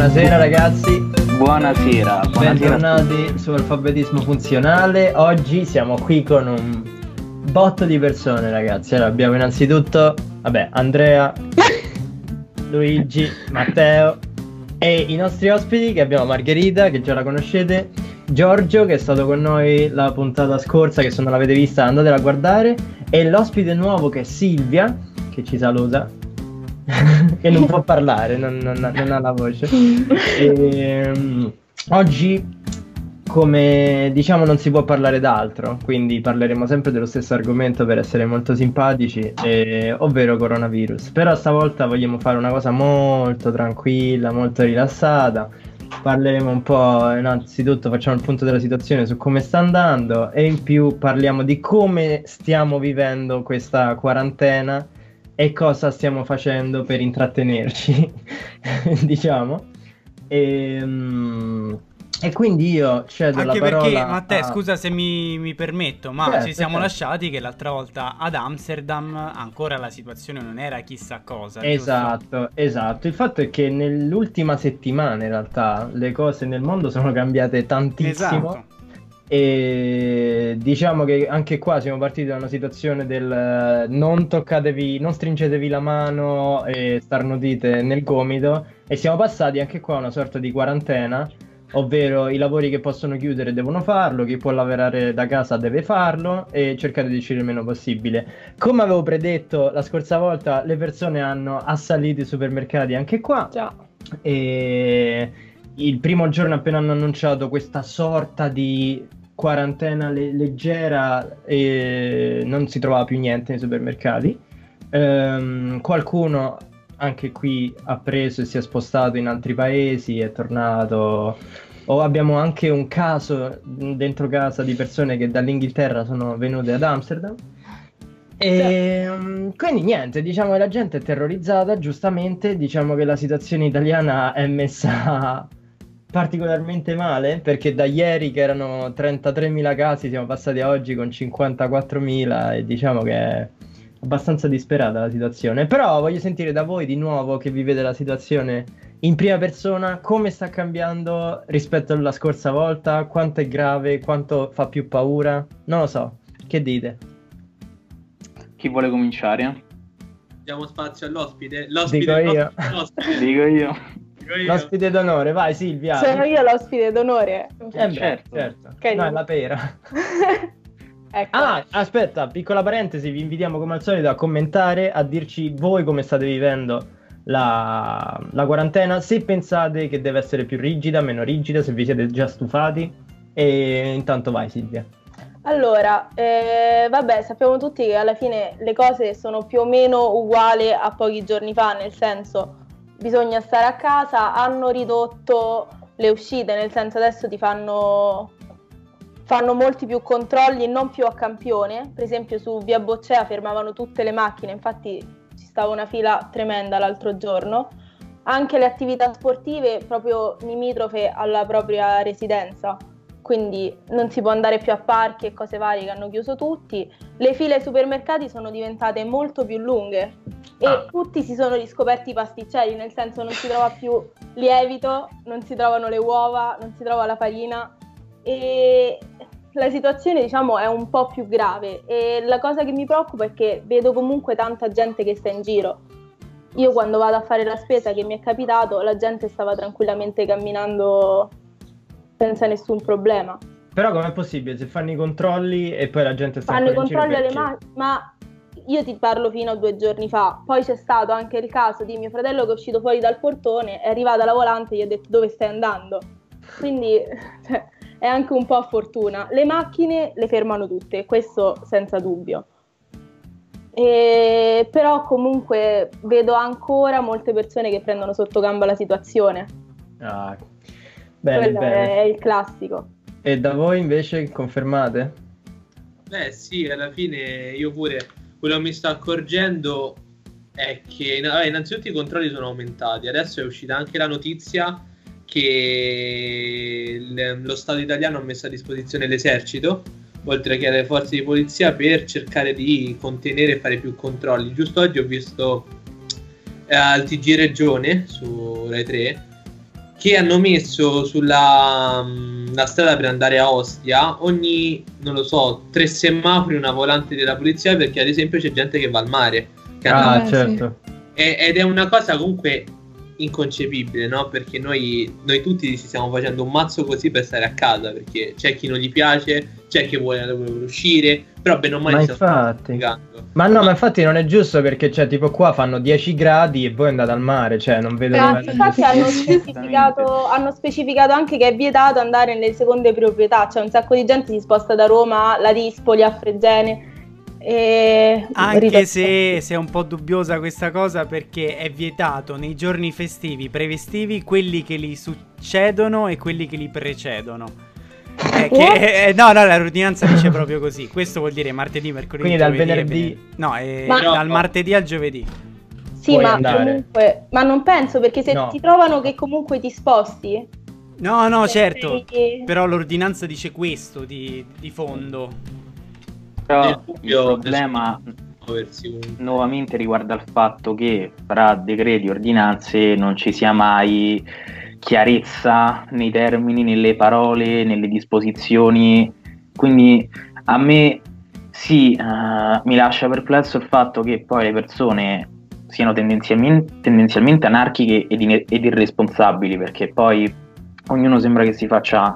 Buonasera ragazzi. Buonasera. Bentornati su Alfabetismo Funzionale. Oggi siamo qui con un botto di persone, ragazzi. Allora, abbiamo innanzitutto, Andrea, Luigi, Matteo e i nostri ospiti, che abbiamo Margherita, che già la conoscete, Giorgio, che è stato con noi la puntata scorsa, che se non l'avete vista andatela a guardare, e l'ospite nuovo che è Silvia, che ci saluta, che non può parlare, non ha la voce. Oggi, come diciamo, non si può parlare d'altro, quindi parleremo sempre dello stesso argomento per essere molto simpatici, ovvero coronavirus. Però stavolta vogliamo fare una cosa molto tranquilla, molto rilassata. Parleremo un po', innanzitutto facciamo il punto della situazione su come sta andando, e in più parliamo di come stiamo vivendo questa quarantena e cosa stiamo facendo per intrattenerci, diciamo. E quindi io cedo la parola. Anche perché, Matteo, scusa se mi permetto, ma certo, ci siamo certo. lasciati che l'altra volta ad Amsterdam ancora la situazione non era chissà cosa. Esatto, esatto. Il fatto è che nell'ultima settimana in realtà le cose nel mondo sono cambiate tantissimo. Esatto. E diciamo che anche qua siamo partiti da una situazione del non toccatevi, non stringetevi la mano e starnutite nel gomito, e siamo passati anche qua a una sorta di quarantena, ovvero i lavori che possono chiudere devono farlo, chi può lavorare da casa deve farlo, e cercare di uscire il meno possibile. Come avevo predetto la scorsa volta, le persone hanno assalito i supermercati anche qua. Già. E il primo giorno, appena hanno annunciato questa sorta di quarantena leggera, non si trovava più niente nei supermercati. Qualcuno anche qui ha preso e si è spostato in altri paesi, è tornato. O abbiamo anche un caso dentro casa di persone che dall'Inghilterra sono venute ad Amsterdam. Quindi niente, diciamo che la gente è terrorizzata, giustamente. Diciamo che la situazione italiana è messa particolarmente male, perché da ieri, che erano 33.000 casi, siamo passati a oggi con 54.000, e diciamo che è abbastanza disperata la situazione. Però voglio sentire da voi di nuovo, che vivete la situazione in prima persona, come sta cambiando rispetto alla scorsa volta, quanto è grave, quanto fa più paura, non lo so, che dite? Chi vuole cominciare? Diamo spazio all'ospite. Dico io. Dico io. L'ospite d'onore, vai Silvia. Sono io l'ospite d'onore. Certo. Okay. No, è la pera. Ecco. Aspetta, piccola parentesi, vi invitiamo come al solito a commentare, a dirci voi come state vivendo la quarantena, se pensate che deve essere più rigida, meno rigida, se vi siete già stufati. E intanto vai Silvia. Allora, sappiamo tutti che alla fine le cose sono più o meno uguali a pochi giorni fa, nel senso, bisogna stare a casa, hanno ridotto le uscite, nel senso adesso ti fanno molti più controlli, non più a campione. Per esempio su via Boccea fermavano tutte le macchine, infatti ci stava una fila tremenda l'altro giorno. Anche le attività sportive proprio limitrofe alla propria residenza, quindi non si può andare più a parchi e cose varie, che hanno chiuso tutti. Le file ai supermercati sono diventate molto più lunghe e tutti si sono riscoperti i pasticceri, nel senso non si trova più lievito, non si trovano le uova, non si trova la farina, e la situazione, diciamo, è un po' più grave. E la cosa che mi preoccupa è che vedo comunque tanta gente che sta in giro. Io quando vado a fare la spesa, che mi è capitato, la gente stava tranquillamente camminando senza nessun problema. Però com'è possibile se fanno i controlli e poi la gente sta fanno i in giro controlli alle perché? ma io ti parlo fino a 2 giorni fa. Poi c'è stato anche il caso di mio fratello che è uscito fuori dal portone, è arrivata la volante e gli ha detto: dove stai andando? Quindi è anche un po' a fortuna. Le macchine le fermano tutte, questo senza dubbio. Però comunque vedo ancora molte persone che prendono sotto gamba la situazione. Bene, Quello bene. è il classico. E da voi invece confermate? Beh sì, alla fine io pure quello che mi sto accorgendo è che innanzitutto i controlli sono aumentati. Adesso è uscita anche la notizia che lo Stato italiano ha messo a disposizione l'esercito, oltre che alle forze di polizia, per cercare di contenere e fare più controlli. Giusto oggi ho visto al TG Regione su Rai 3 che hanno messo sulla la strada per andare a Ostia ogni, non lo so, 3 semafori una volante della polizia, perché ad esempio c'è gente che va al mare, che Ah, anda- certo. ed è una cosa comunque inconcepibile, no? Perché noi tutti ci stiamo facendo un mazzo così per stare a casa, perché c'è chi non gli piace, c'è chi vuole uscire, però bene o male Ma stiamo infatti. spiegando. Ma no, ma infatti non è giusto, perché cioè tipo qua fanno 10 gradi e voi andate al mare, cioè non vedo dove Infatti hanno Esattamente. hanno specificato anche che è vietato andare nelle seconde proprietà, cioè un sacco di gente si sposta da Roma a Ladispoli, a Fregene. Anche se è un po' dubbiosa questa cosa, perché è vietato nei giorni festivi, prevestivi, quelli che li succedono e quelli che li precedono. No, l'ordinanza dice proprio così. Questo vuol dire martedì, mercoledì, Quindi dal giovedì e venerdì- No, Ma- dal martedì al giovedì. Sì, puoi ma andare. comunque, ma non penso, perché se No. ti trovano che comunque ti sposti. No, certo. sei- Però l'ordinanza dice questo di fondo. Però Nel il dubbio, problema muoversi comunque. nuovamente riguarda il fatto che fra decreti e ordinanze non ci sia mai chiarezza nei termini, nelle parole, nelle disposizioni. Quindi a me sì, mi lascia perplesso il fatto che poi le persone siano tendenzialmente anarchiche ed irresponsabili, perché poi ognuno sembra che si faccia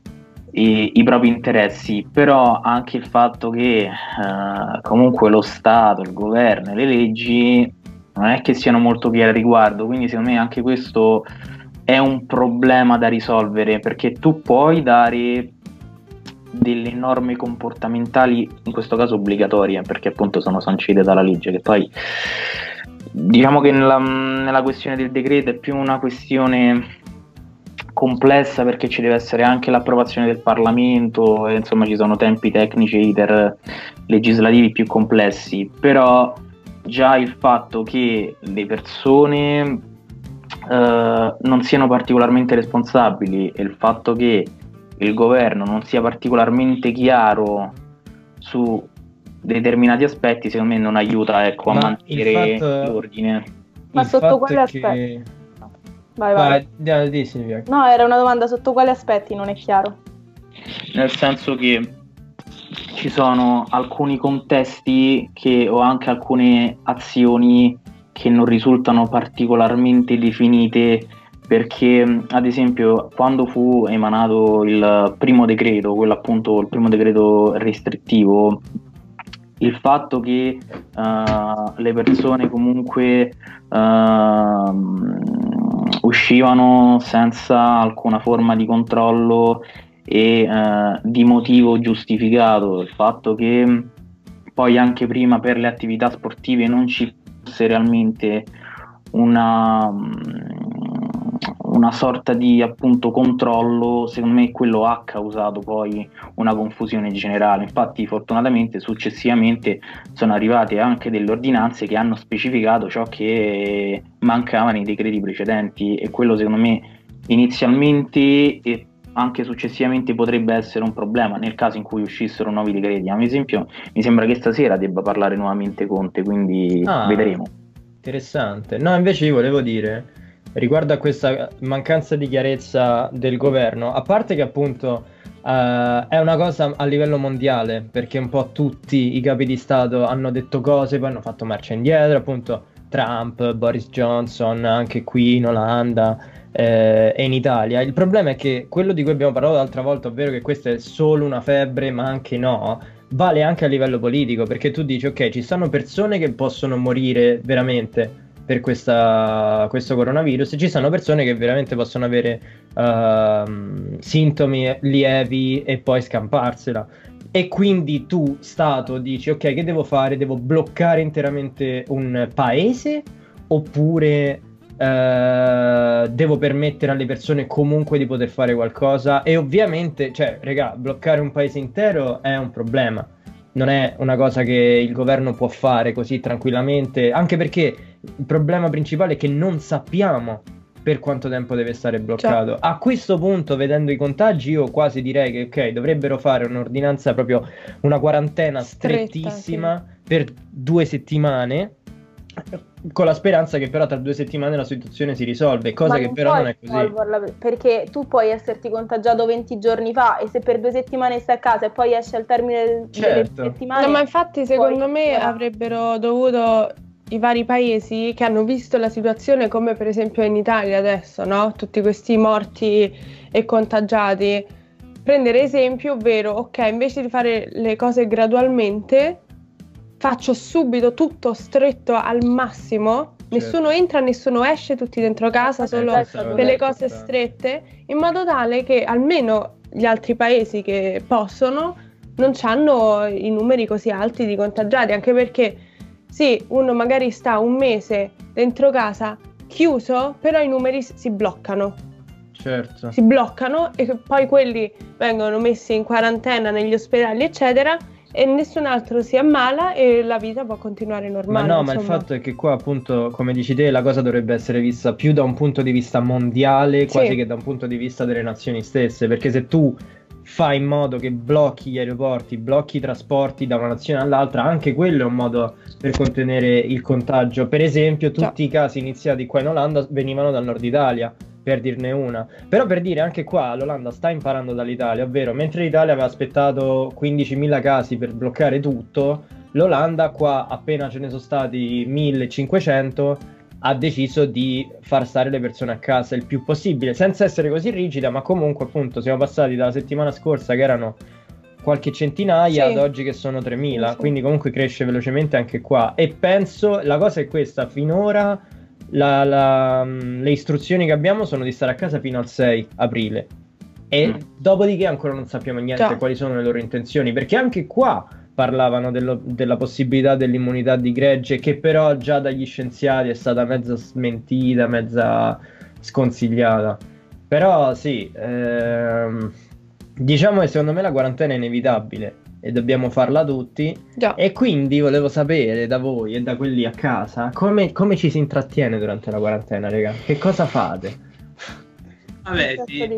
i propri interessi, però anche il fatto che comunque lo Stato, il governo e le leggi non è che siano molto chiare al riguardo, quindi secondo me anche questo è un problema da risolvere, perché tu puoi dare delle norme comportamentali, in questo caso obbligatorie, perché appunto sono sancite dalla legge, che poi diciamo che nella questione del decreto è più una questione complessa, perché ci deve essere anche l'approvazione del Parlamento e insomma ci sono tempi tecnici e iter legislativi più complessi, però già il fatto che le persone non siano particolarmente responsabili e il fatto che il governo non sia particolarmente chiaro su determinati aspetti, secondo me non aiuta, ecco, a Ma mantenere il fatto- l'ordine. Ma Il sotto fatto quale è aspetto? che... Vai. Di Silvia. No, era una domanda sotto quali aspetti, non è chiaro. Nel senso che ci sono alcuni contesti o anche alcune azioni che non risultano particolarmente definite, perché ad esempio quando fu emanato il primo decreto, quello appunto il primo decreto restrittivo, il fatto che le persone comunque uscivano senza alcuna forma di controllo e di motivo giustificato, il fatto che poi anche prima per le attività sportive non ci fosse realmente una sorta di appunto controllo, secondo me quello ha causato poi una confusione generale. Infatti fortunatamente successivamente sono arrivate anche delle ordinanze che hanno specificato ciò che mancava nei decreti precedenti, e quello secondo me inizialmente e anche successivamente potrebbe essere un problema nel caso in cui uscissero nuovi decreti. Ad esempio mi sembra che stasera debba parlare nuovamente Conte, quindi vedremo. Interessante. No, invece io volevo dire, riguardo a questa mancanza di chiarezza del governo, a parte che appunto è una cosa a livello mondiale, perché un po' tutti i capi di Stato hanno detto cose, poi hanno fatto marcia indietro, appunto Trump, Boris Johnson, anche qui in Olanda e in Italia. Il problema è che quello di cui abbiamo parlato l'altra volta, ovvero che questa è solo una febbre, ma anche no, vale anche a livello politico, perché tu dici ok, ci sono persone che possono morire veramente per questo coronavirus, e ci sono persone che veramente possono avere sintomi lievi e poi scamparsela, e quindi tu Stato dici ok, che devo fare? Devo bloccare interamente un paese, oppure devo permettere alle persone comunque di poter fare qualcosa? E ovviamente, cioè, regà, bloccare un paese intero è un problema, non è una cosa che il governo può fare così tranquillamente, anche perché il problema principale è che non sappiamo per quanto tempo deve stare bloccato. A questo punto, vedendo i contagi, io quasi direi che ok, dovrebbero fare un'ordinanza, proprio una quarantena Stretta, strettissima per 2 settimane, con la speranza che però tra 2 settimane la situazione si risolve, cosa che però non è così. Perché tu puoi esserti contagiato 20 giorni fa e se per 2 settimane stai a casa e poi esci al termine delle settimane... No, ma infatti secondo me avrebbero dovuto i vari paesi che hanno visto la situazione, come per esempio in Italia adesso, no? Tutti questi morti e contagiati, prendere esempio, ovvero, ok, invece di fare le cose gradualmente, faccio subito tutto stretto al massimo, nessuno entra, nessuno esce, tutti dentro casa, solo per le cose strette, in modo tale che almeno gli altri paesi che possono non hanno i numeri così alti di contagiati, anche perché sì, uno magari sta un mese dentro casa chiuso, però i numeri si bloccano. Certo. Si bloccano e poi quelli vengono messi in quarantena negli ospedali, eccetera, e nessun altro si ammala e la vita può continuare normale. Ma no, ma il fatto è che qua appunto, come dici te, la cosa dovrebbe essere vista più da un punto di vista mondiale, quasi che da un punto di vista delle nazioni stesse, perché se tu fai in modo che blocchi gli aeroporti, blocchi i trasporti da una nazione all'altra, anche quello è un modo per contenere il contagio. Per esempio, tutti i casi iniziati qua in Olanda venivano dal nord Italia, per dirne una. Però per dire, anche qua l'Olanda sta imparando dall'Italia, ovvero mentre l'Italia aveva aspettato 15.000 casi per bloccare tutto, l'Olanda qua, appena ce ne sono stati 1.500, ha deciso di far stare le persone a casa il più possibile, senza essere così rigida, ma comunque appunto siamo passati dalla settimana scorsa che erano qualche centinaia ad oggi che sono 3.000, quindi comunque cresce velocemente anche qua. E penso, la cosa è questa, finora le istruzioni che abbiamo sono di stare a casa fino al 6 aprile e dopodiché ancora non sappiamo niente quali sono le loro intenzioni, perché anche qua parlavano della possibilità dell'immunità di gregge, che però già dagli scienziati è stata mezza smentita, mezza sconsigliata. Però sì, diciamo che secondo me la quarantena è inevitabile e dobbiamo farla tutti. E quindi volevo sapere da voi e da quelli a casa come ci si intrattiene durante la quarantena, raga? Che cosa fate? Vabbè,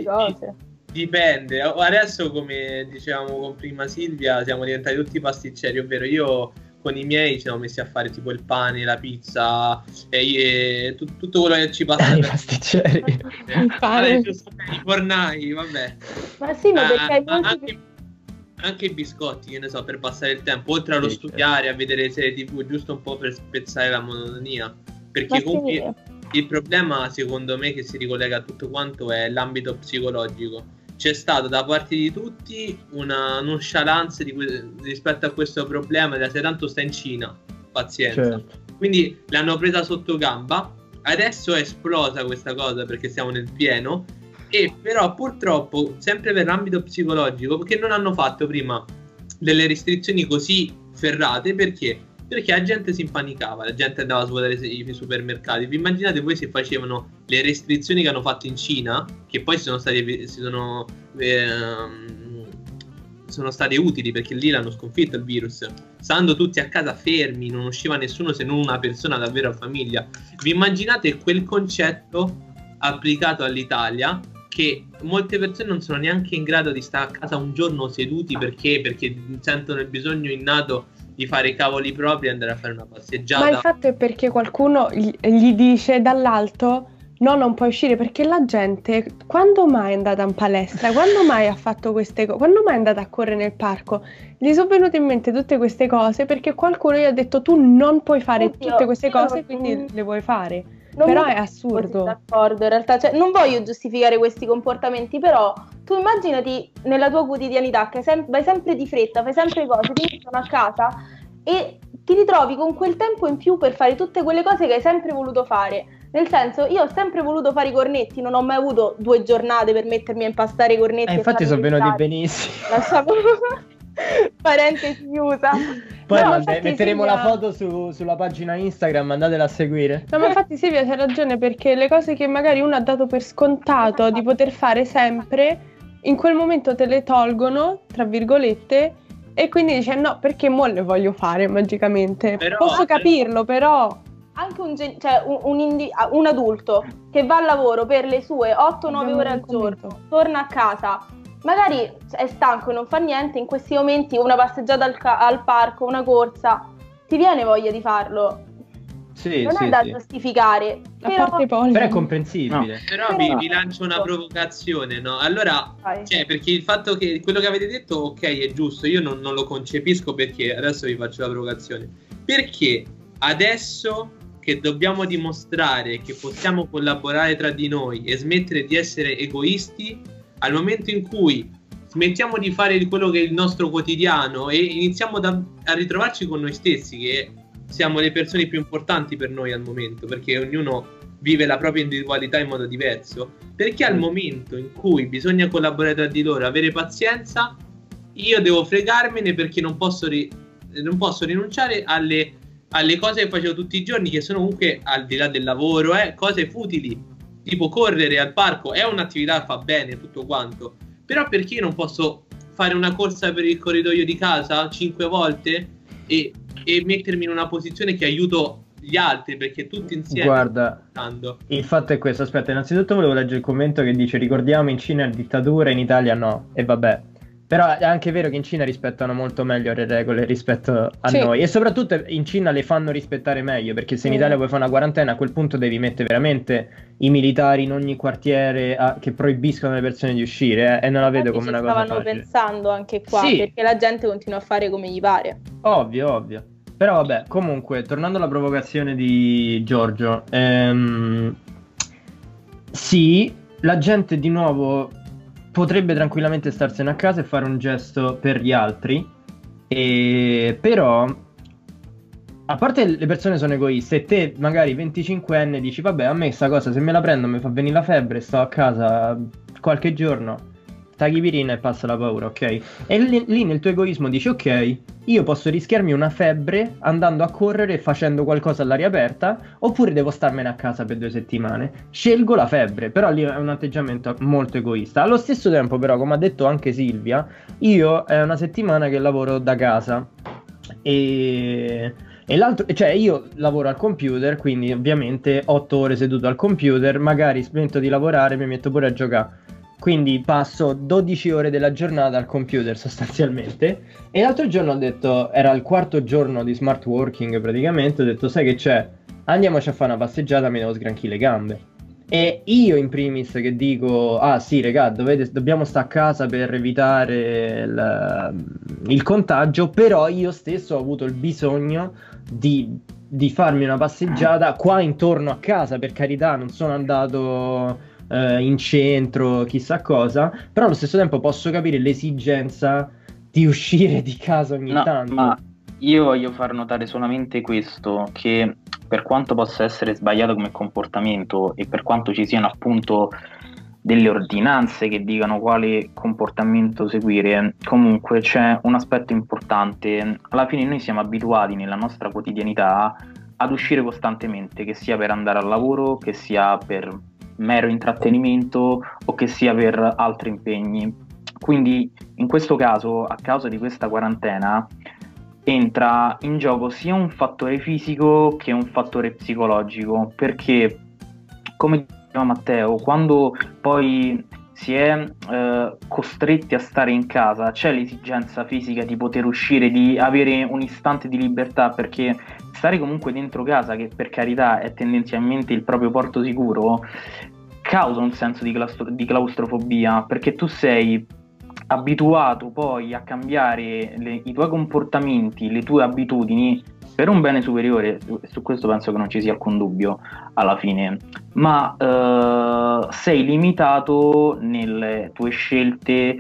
dipende. Adesso, come dicevamo con prima Silvia, siamo diventati tutti pasticceri, ovvero io con i miei ci siamo messi a fare tipo il pane, la pizza e tutto quello che ci passa. I pasticceri. Il pane. I fornai, vabbè. Ma sì, ma perché anche i biscotti, che ne so, per passare il tempo, oltre allo studiare, a vedere serie TV, giusto un po' per spezzare la monotonia. Perché comunque il problema, secondo me, che si ricollega a tutto quanto è l'ambito psicologico. C'è stato da parte di tutti una nonchalance rispetto a questo problema, da se tanto sta in Cina, pazienza. Certo. Quindi l'hanno presa sotto gamba, adesso è esplosa questa cosa perché siamo nel pieno, e però purtroppo, sempre per l'ambito psicologico, perché non hanno fatto prima delle restrizioni così ferrate, perché la gente si impanicava, la gente andava a svuotare i supermercati. Vi immaginate voi se facevano le restrizioni che hanno fatto in Cina, che poi sono state utili, perché lì l'hanno sconfitto il virus, stando tutti a casa fermi, non usciva nessuno se non una persona davvero a famiglia. Vi immaginate quel concetto applicato all'Italia, che molte persone non sono neanche in grado di stare a casa un giorno seduti perché sentono il bisogno innato di fare i cavoli propri e andare a fare una passeggiata. Ma il fatto è perché qualcuno gli dice dall'alto no, non puoi uscire, perché la gente quando mai è andata in palestra, quando mai ha fatto queste cose, quando mai è andata a correre nel parco, gli sono venute in mente tutte queste cose perché qualcuno gli ha detto tu non puoi fare tutte queste cose, quindi le vuoi fare. Però è assurdo. D'accordo, in realtà, cioè, non voglio giustificare questi comportamenti, però tu immaginati nella tua quotidianità che vai sempre di fretta, fai sempre cose, ti mettono a casa e ti ritrovi con quel tempo in più per fare tutte quelle cose che hai sempre voluto fare. Nel senso, io ho sempre voluto fare i cornetti, non ho mai avuto 2 giornate per mettermi a impastare i cornetti. Infatti sono venuti benissimo. Lasciamo parentesi chiusa. Poi metteremo la foto sulla pagina Instagram, andatela a seguire. No, ma infatti Silvia c'ha ragione, perché le cose che magari uno ha dato per scontato di poter fare sempre, in quel momento te le tolgono, tra virgolette, e quindi dice no, perché mo le voglio fare magicamente. Posso capirlo, però anche un adulto che va al lavoro per le sue 8-9 ore al giorno, torna a casa, magari è stanco e non fa niente, in questi momenti una passeggiata al parco, una corsa, ti viene voglia di farlo. non è da giustificare, però è comprensibile. Però vi lancio una provocazione, no? Allora, perché il fatto che quello che avete detto, ok, è giusto, io non lo concepisco, perché adesso vi faccio la provocazione. Perché adesso che dobbiamo dimostrare che possiamo collaborare tra di noi e smettere di essere egoisti, al momento in cui smettiamo di fare quello che è il nostro quotidiano e iniziamo a ritrovarci con noi stessi, che siamo le persone più importanti per noi al momento, perché ognuno vive la propria individualità in modo diverso, perché al momento in cui bisogna collaborare tra di loro, avere pazienza, io devo fregarmene perché non posso rinunciare alle cose che facevo tutti i giorni, che sono comunque, al di là del lavoro, cose futili, tipo correre al parco, è un'attività, fa bene, tutto quanto, però perché non posso fare una corsa per il corridoio di casa 5 volte e mettermi in una posizione che aiuto gli altri, perché tutti insieme. Guarda, il fatto è questo. Aspetta, innanzitutto volevo leggere il commento che dice: ricordiamo, in Cina è dittatura, in Italia no. E vabbè, però è anche vero che in Cina rispettano molto meglio le regole rispetto a noi, e soprattutto in Cina le fanno rispettare meglio, perché se in Italia vuoi fare una quarantena, a quel punto devi mettere veramente i militari in ogni quartiere che proibiscono alle persone di uscire, e non la vedo come una cosa facile. Stavano pensando anche qua, perché la gente continua a fare come gli pare. Ovvio. Però vabbè, comunque, tornando alla provocazione di Giorgio, sì, la gente di nuovo potrebbe tranquillamente starsene a casa e fare un gesto per gli altri, però, a parte le persone sono egoiste, e te magari 25enne dici: vabbè, a me sta cosa, se me la prendo mi fa venire la febbre, sto a casa qualche giorno, tachipirina e passa la paura, ok? E lì nel tuo egoismo dici: ok, io posso rischiarmi una febbre andando a correre e facendo qualcosa all'aria aperta, oppure devo starmene a casa per 2 settimane. Scelgo la febbre, però lì è un atteggiamento molto egoista. Allo stesso tempo, però, come ha detto anche Silvia, io è una settimana che lavoro da casa e l'altro, cioè io lavoro al computer, quindi ovviamente 8 ore seduto al computer, magari smento di lavorare e mi metto pure a giocare. Quindi passo 12 ore della giornata al computer sostanzialmente. E l'altro giorno ho detto, era il 4º giorno di smart working praticamente, ho detto: sai che c'è? Andiamoci a fare una passeggiata, mi devo sgranchire le gambe. E io in primis che dico: ah sì regà, dobbiamo stare a casa per evitare il contagio, però io stesso ho avuto il bisogno di farmi una passeggiata qua intorno a casa, per carità, non sono andato in centro, chissà cosa, però allo stesso tempo posso capire l'esigenza di uscire di casa ogni tanto. Ma io voglio far notare solamente questo, che per quanto possa essere sbagliato come comportamento e per quanto ci siano appunto delle ordinanze che dicano quale comportamento seguire, comunque c'è un aspetto importante. Alla fine noi siamo abituati nella nostra quotidianità ad uscire costantemente, che sia per andare al lavoro, che sia per mero intrattenimento o che sia per altri impegni. Quindi in questo caso, a causa di questa quarantena, entra in gioco sia un fattore fisico che un fattore psicologico, perché, come diceva Matteo, quando poi si è costretti a stare in casa, c'è l'esigenza fisica di poter uscire, di avere un istante di libertà, perché stare comunque dentro casa, che per carità è tendenzialmente il proprio porto sicuro, causa un senso di claustrofobia, perché tu sei abituato poi a cambiare i tuoi comportamenti, le tue abitudini per un bene superiore. Su questo penso che non ci sia alcun dubbio alla fine, ma sei limitato nelle tue scelte,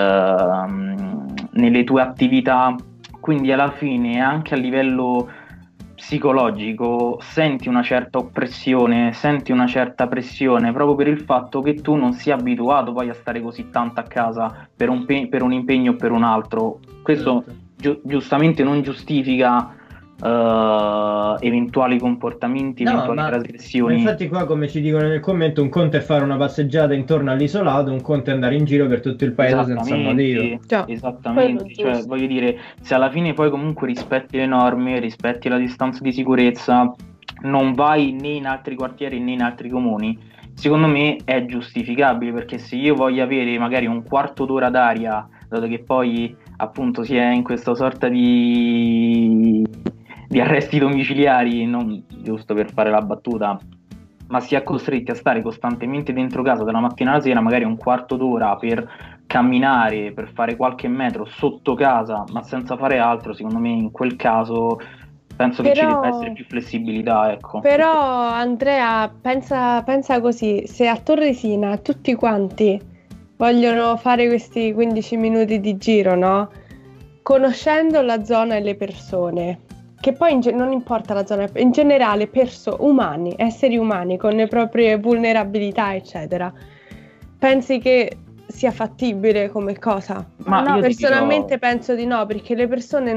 nelle tue attività, quindi alla fine anche a livello psicologico senti una certa oppressione, senti una certa pressione, proprio per il fatto che tu non sia abituato poi a stare così tanto a casa per un impegno o per un altro. Questo giustamente non giustifica eventuali comportamenti, eventuali trasgressioni. Infatti qua, come ci dicono nel commento, un conto è fare una passeggiata intorno all'isolato, un conto è andare in giro per tutto il paese senza motivo. Esattamente, cioè voglio dire, se alla fine poi comunque rispetti le norme, rispetti la distanza di sicurezza, non vai né in altri quartieri né in altri comuni, secondo me è giustificabile, perché se io voglio avere magari un quarto d'ora d'aria, dato che poi appunto si è in questa sorta di di arresti domiciliari, non giusto per fare la battuta, ma si è costretti a stare costantemente dentro casa dalla mattina alla sera, magari un quarto d'ora per camminare, per fare qualche metro sotto casa, ma senza fare altro, secondo me in quel caso penso che ci debba essere più flessibilità, ecco. Però Andrea, pensa così, se a Torresina tutti quanti vogliono fare questi 15 minuti di giro, no? Conoscendo la zona e le persone, che poi non importa la zona, in generale umani, esseri umani con le proprie vulnerabilità, eccetera, pensi che sia fattibile come cosa? Ma no, personalmente penso di no, perché le persone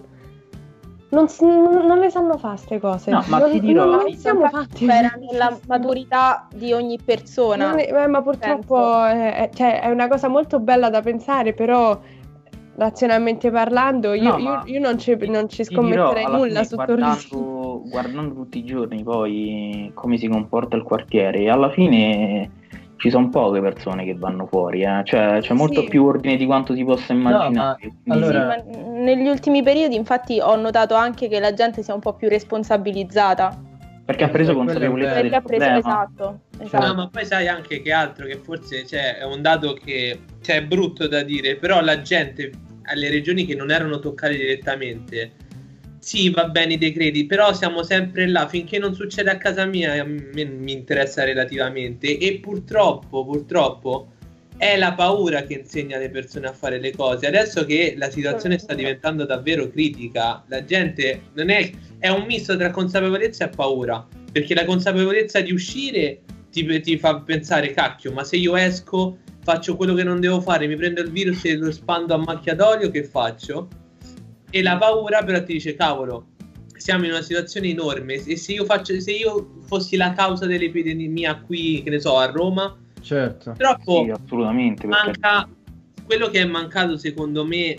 non le sanno fare queste cose. No, ma ti dirò, non siamo fatti per nella maturità di ogni persona. Ma purtroppo è una cosa molto bella da pensare, però razionalmente parlando io non ci scommetterei nulla su Torresina. Guardando tutti i giorni poi come si comporta il quartiere, alla fine ci sono poche persone che vanno fuori, cioè c'è molto più ordine di quanto si possa immaginare. No, allora... sì, ma negli ultimi periodi infatti ho notato anche che la gente sia un po' più responsabilizzata, perché ha preso consapevolezza del problema. Esatto. No, ma poi sai anche che altro, che forse è un dato che è brutto da dire, però la gente alle regioni che non erano toccate direttamente, sì, va bene i decreti, però siamo sempre là, finché non succede a casa mia, a me mi interessa relativamente, e purtroppo è la paura che insegna le persone a fare le cose. Adesso che la situazione sta diventando davvero critica, la gente è un misto tra consapevolezza e paura, perché la consapevolezza di uscire ti fa pensare, cacchio, ma se io esco, faccio quello che non devo fare, mi prendo il virus e lo spando a macchia d'olio, che faccio? E la paura però ti dice, cavolo, siamo in una situazione enorme, e se io fossi la causa dell'epidemia qui, che ne so, a Roma, certo, purtroppo sì, assolutamente, manca quello che è mancato secondo me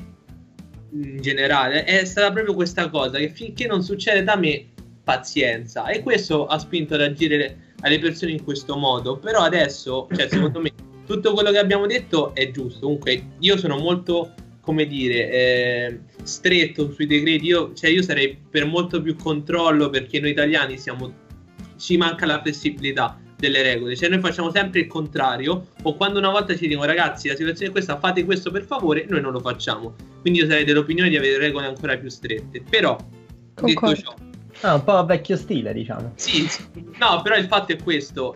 in generale, è stata proprio questa cosa, che finché non succede da me, pazienza, e questo ha spinto ad agire alle persone in questo modo. Però adesso, cioè, secondo me tutto quello che abbiamo detto è giusto. Comunque io sono molto, come dire, stretto sui decreti. Io sarei per molto più controllo, perché noi italiani ci manca la flessibilità delle regole, cioè noi facciamo sempre il contrario, o quando una volta ci dicono ragazzi la situazione è questa, fate questo per favore, noi non lo facciamo. Quindi io sarei dell'opinione di avere regole ancora più strette. Però detto ciò, un po' vecchio stile, diciamo. sì, no, però il fatto è questo,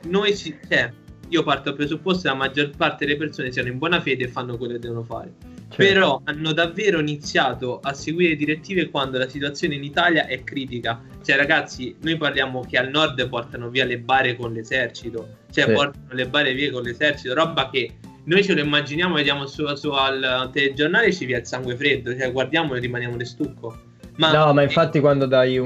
io parto dal presupposto che la maggior parte delle persone siano in buona fede e fanno quello che devono fare. Certo. Però hanno davvero iniziato a seguire direttive quando la situazione in Italia è critica. Cioè ragazzi, noi parliamo che al nord portano via le bare con l'esercito, cioè portano le bare via con l'esercito, roba che noi ce lo immaginiamo, vediamo al telegiornale e ci via il sangue freddo, cioè guardiamo e rimaniamo di stucco. Ma infatti quando dai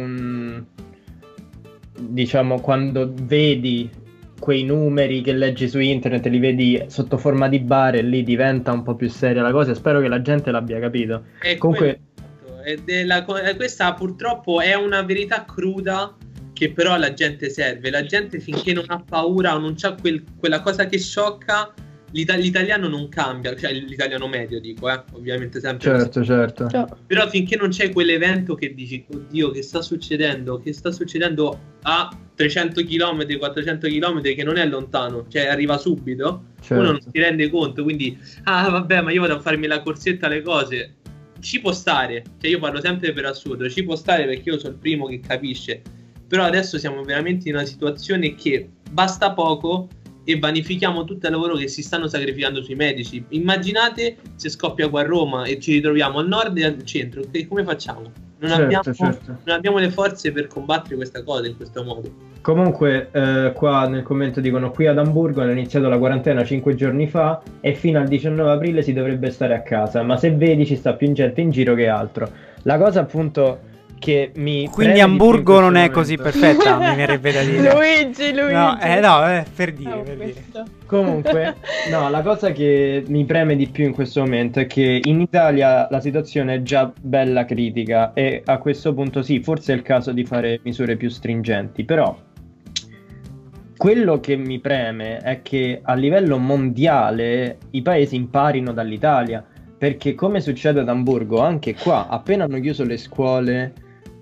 quando vedi quei numeri che leggi su internet, li vedi sotto forma di bare, lì diventa un po' più seria la cosa. Spero che la gente l'abbia capito. Comunque questa purtroppo è una verità cruda, che però alla gente serve. La gente finché non ha paura o non c'ha quella cosa che sciocca, l'italiano non cambia, cioè l'italiano medio dico, ovviamente sempre. Certo. Però finché non c'è quell'evento che dici, oddio, che sta succedendo a 300 km, 400 km, che non è lontano, cioè arriva subito, uno non si rende conto, quindi vabbè, ma io vado a farmi la corsetta alle cose, ci può stare, cioè io parlo sempre per assurdo, ci può stare perché io sono il primo che capisce, però adesso siamo veramente in una situazione che basta poco e vanifichiamo tutto il lavoro che si stanno sacrificando sui medici. Immaginate se scoppia qua a Roma e ci ritroviamo al nord e al centro, come facciamo? Non abbiamo le forze per combattere questa cosa in questo modo. Comunque qua nel commento dicono: qui ad Amburgo hanno iniziato la quarantena 5 giorni fa e fino al 19 aprile si dovrebbe stare a casa, ma se vedi ci sta più gente in giro che altro. La cosa appunto che mi quindi Amburgo non è così perfetta, mi verrebbe da dire. Luigi. No, per dire. Comunque, no, la cosa che mi preme di più in questo momento è che in Italia la situazione è già bella critica e a questo punto sì, forse è il caso di fare misure più stringenti, però quello che mi preme è che a livello mondiale i paesi imparino dall'Italia, perché come succede ad Amburgo, anche qua appena hanno chiuso le scuole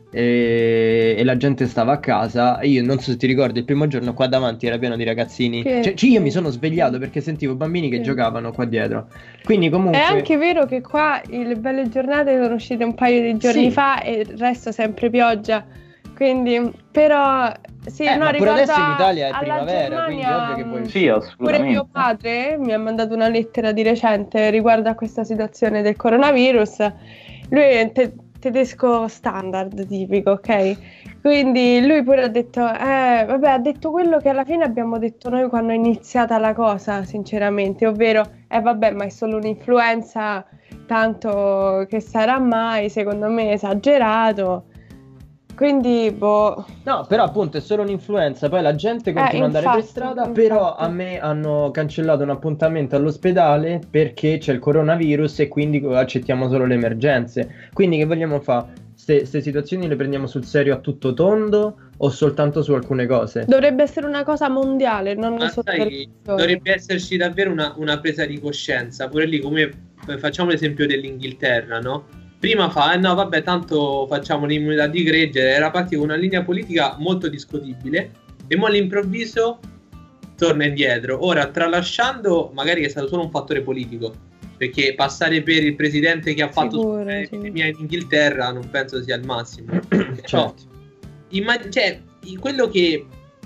e la gente stava a casa. Io non so se ti ricordi, il primo giorno qua davanti era pieno di ragazzini, cioè io mi sono svegliato perché sentivo bambini che giocavano qua dietro. Quindi comunque è anche vero che qua le belle giornate sono uscite un paio di giorni fa e il resto sempre pioggia, quindi però sì, no, ma pure adesso in Italia è primavera, quindi ovvio che poi sì, assolutamente. Pure mio padre mi ha mandato una lettera di recente riguardo a questa situazione del coronavirus. Lui è tedesco standard tipico, ok? Quindi lui pure ha detto vabbè, ha detto quello che alla fine abbiamo detto noi quando è iniziata la cosa, sinceramente, ovvero vabbè, ma è solo un'influenza, tanto che sarà mai, secondo me esagerato. Quindi no, però appunto è solo un'influenza, poi la gente continua ad andare per strada, però a me hanno cancellato un appuntamento all'ospedale perché c'è il coronavirus e quindi accettiamo solo le emergenze. Quindi che vogliamo fare? Queste situazioni le prendiamo sul serio a tutto tondo o soltanto su alcune cose? Dovrebbe essere una cosa mondiale, non ma sai, dovrebbe esserci davvero una presa di coscienza, pure lì, come facciamo l'esempio dell'Inghilterra, no? Prima no vabbè, tanto facciamo l'immunità di gregge, era partita con una linea politica molto discutibile e mo all'improvviso torna indietro. Ora, tralasciando magari che è stato solo un fattore politico, perché passare per il presidente che ha fatto l'epidemia in Inghilterra non penso sia il massimo. Certo. Cioè, quello che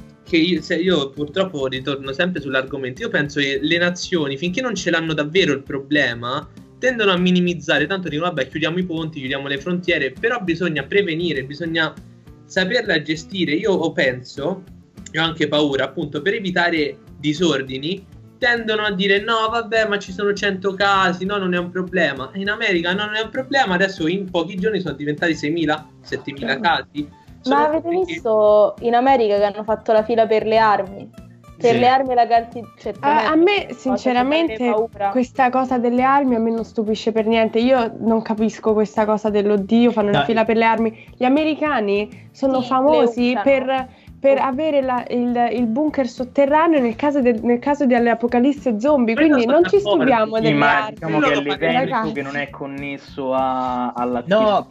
io purtroppo ritorno sempre sull'argomento, io penso che le nazioni, finché non ce l'hanno davvero il problema, tendono a minimizzare, tanto dicono vabbè, chiudiamo i ponti, chiudiamo le frontiere, però bisogna prevenire, bisogna saperla gestire. Io penso, e ho anche paura, appunto, per evitare disordini, tendono a dire no vabbè, ma ci sono 100 casi, no, non è un problema. In America no, non è un problema, adesso in pochi giorni sono diventati 6.000, 7.000 casi. Ma avete visto in America che hanno fatto la fila per le armi? Per le armi e la a me sinceramente questa cosa delle armi a me non stupisce per niente. Io non capisco questa cosa dell'oddio, fanno la fila per le armi. Gli americani sono famosi per avere il bunker sotterraneo nel caso di apocalisse zombie, quindi non ci stupiamo delle armi. Diciamo che è l'evento che non è connesso alla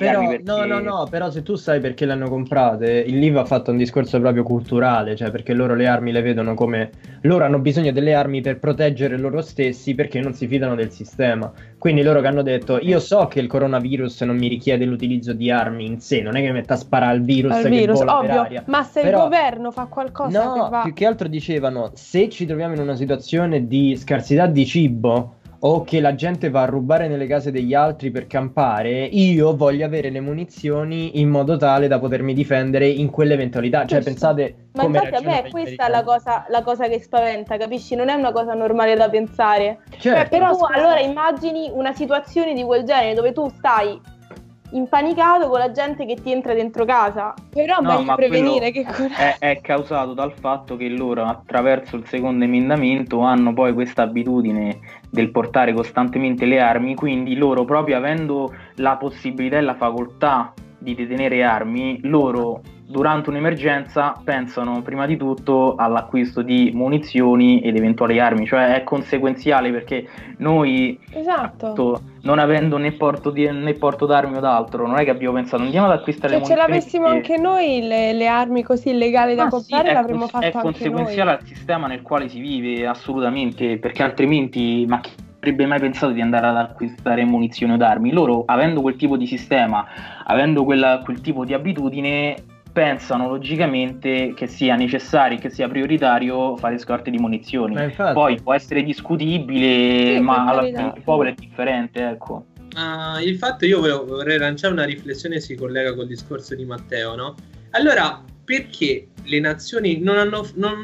No, però se tu sai perché le hanno comprate, il Liv ha fatto un discorso proprio culturale, cioè perché loro le armi le vedono come loro hanno bisogno delle armi per proteggere loro stessi perché non si fidano del sistema. Quindi loro che hanno detto io so che il coronavirus non mi richiede l'utilizzo di armi in sé, non è che mi metta a sparare al virus che vola per aria. Ma se il governo fa qualcosa che va... più che altro dicevano, se ci troviamo in una situazione di scarsità di cibo o che la gente va a rubare nelle case degli altri per campare, io voglio avere le munizioni in modo tale da potermi difendere in quell'eventualità. Cioè pensate, ma infatti a me questa è la cosa che spaventa, capisci? Non è una cosa normale da pensare. Certo. Però tu allora immagini una situazione di quel genere dove tu stai impanicato con la gente che ti entra dentro casa. Però meglio prevenire che curare. È causato dal fatto che loro attraverso il secondo emendamento hanno poi questa abitudine del portare costantemente le armi, quindi loro, proprio avendo la possibilità e la facoltà di detenere armi, loro durante un'emergenza pensano prima di tutto all'acquisto di munizioni ed eventuali armi, cioè è conseguenziale, perché noi appunto, non avendo né porto d'armi o d'altro, non è che abbiamo pensato andiamo ad acquistare le munizioni. Se l'avessimo anche noi le armi così illegali da comprare, l'avremmo fatto anche noi. È conseguenziale al sistema nel quale si vive, assolutamente, perché altrimenti ma chi avrebbe mai pensato di andare ad acquistare munizioni o armi? Loro, avendo quel tipo di sistema, avendo quel tipo di abitudine, pensano logicamente che sia necessario, che sia prioritario fare scorte di munizioni. Poi può essere discutibile, ma alla fine il popolo è differente, ecco. Il fatto, io vorrei lanciare una riflessione che si collega col discorso di Matteo, no? Allora, perché le nazioni non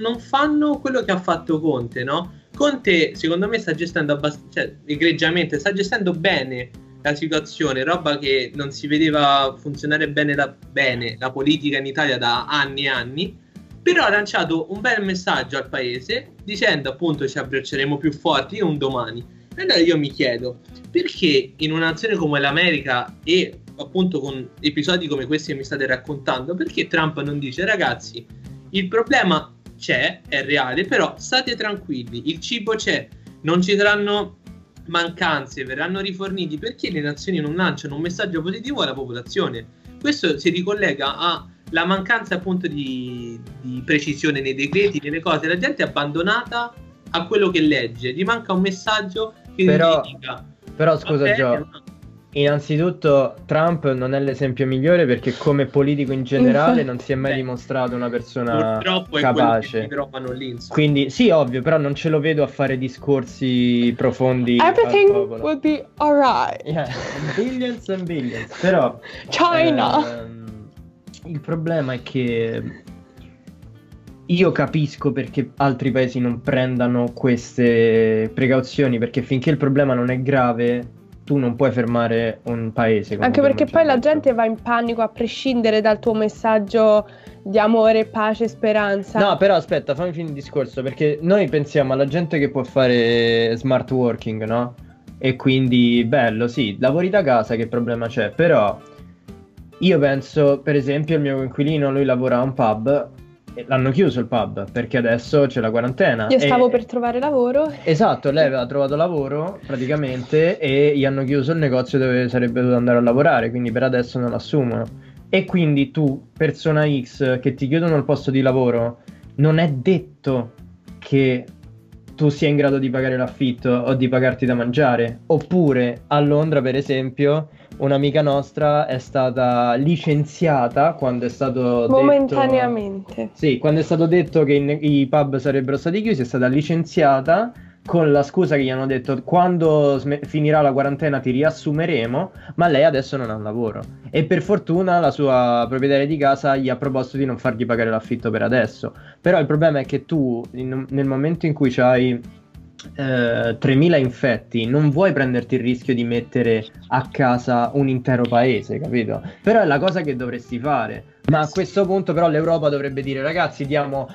fanno quello che ha fatto Conte, no? Conte, secondo me, sta gestendo egregiamente, sta gestendo bene la situazione, roba che non si vedeva funzionare bene la politica in Italia da anni e anni, però ha lanciato un bel messaggio al paese dicendo appunto ci abbracceremo più forti un domani. E allora io mi chiedo, perché in una nazione come l'America e appunto con episodi come questi che mi state raccontando, perché Trump non dice ragazzi il problema c'è, è reale, però state tranquilli, il cibo c'è, non ci saranno mancanze, verranno riforniti? Perché le nazioni non lanciano un messaggio positivo alla popolazione? questo si ricollega alla mancanza appunto di precisione nei decreti, nelle cose. La gente è abbandonata a quello che legge, gli manca un messaggio che gli dica. Però scusa Gio, innanzitutto Trump non è l'esempio migliore, perché come politico in generale non si è mai dimostrato una persona purtroppo capace. È quello che si trovano lì, insomma. Quindi sì, ovvio, però non ce lo vedo a fare discorsi profondi. Everything will be alright. Yeah, billions and billions. Però China. Il problema è che io capisco perché altri paesi non prendano queste precauzioni, perché finché il problema non è grave tu non puoi fermare un paese. Anche perché poi la gente va in panico a prescindere dal tuo messaggio di amore, pace e speranza. No, però aspetta, fammi finire il discorso, perché noi pensiamo alla gente che può fare smart working, no? E quindi bello, sì, lavori da casa, che problema c'è? Però io penso, per esempio, il mio coinquilino, lui lavora a un pub, l'hanno chiuso il pub perché adesso c'è la quarantena. Io stavo per trovare lavoro. Esatto, lei aveva trovato lavoro praticamente e gli hanno chiuso il negozio dove sarebbe dovuto andare a lavorare, quindi per adesso non l'assumono. E quindi tu, persona X, che ti chiudono il posto di lavoro, non è detto che tu sia in grado di pagare l'affitto o di pagarti da mangiare. Oppure a Londra, per esempio, un'amica nostra è stata licenziata quando è stato momentaneamente. Sì, quando è stato detto che i pub sarebbero stati chiusi, è stata licenziata con la scusa che gli hanno detto quando finirà la quarantena ti riassumeremo, ma lei adesso non ha un lavoro. E per fortuna la sua proprietaria di casa gli ha proposto di non fargli pagare l'affitto per adesso. Però il problema è che tu, nel momento in cui c'hai 3.000 infetti, non vuoi prenderti il rischio di mettere a casa un intero paese, capito? Però è la cosa che dovresti fare. Ma a questo punto però l'Europa dovrebbe dire: ragazzi, diamo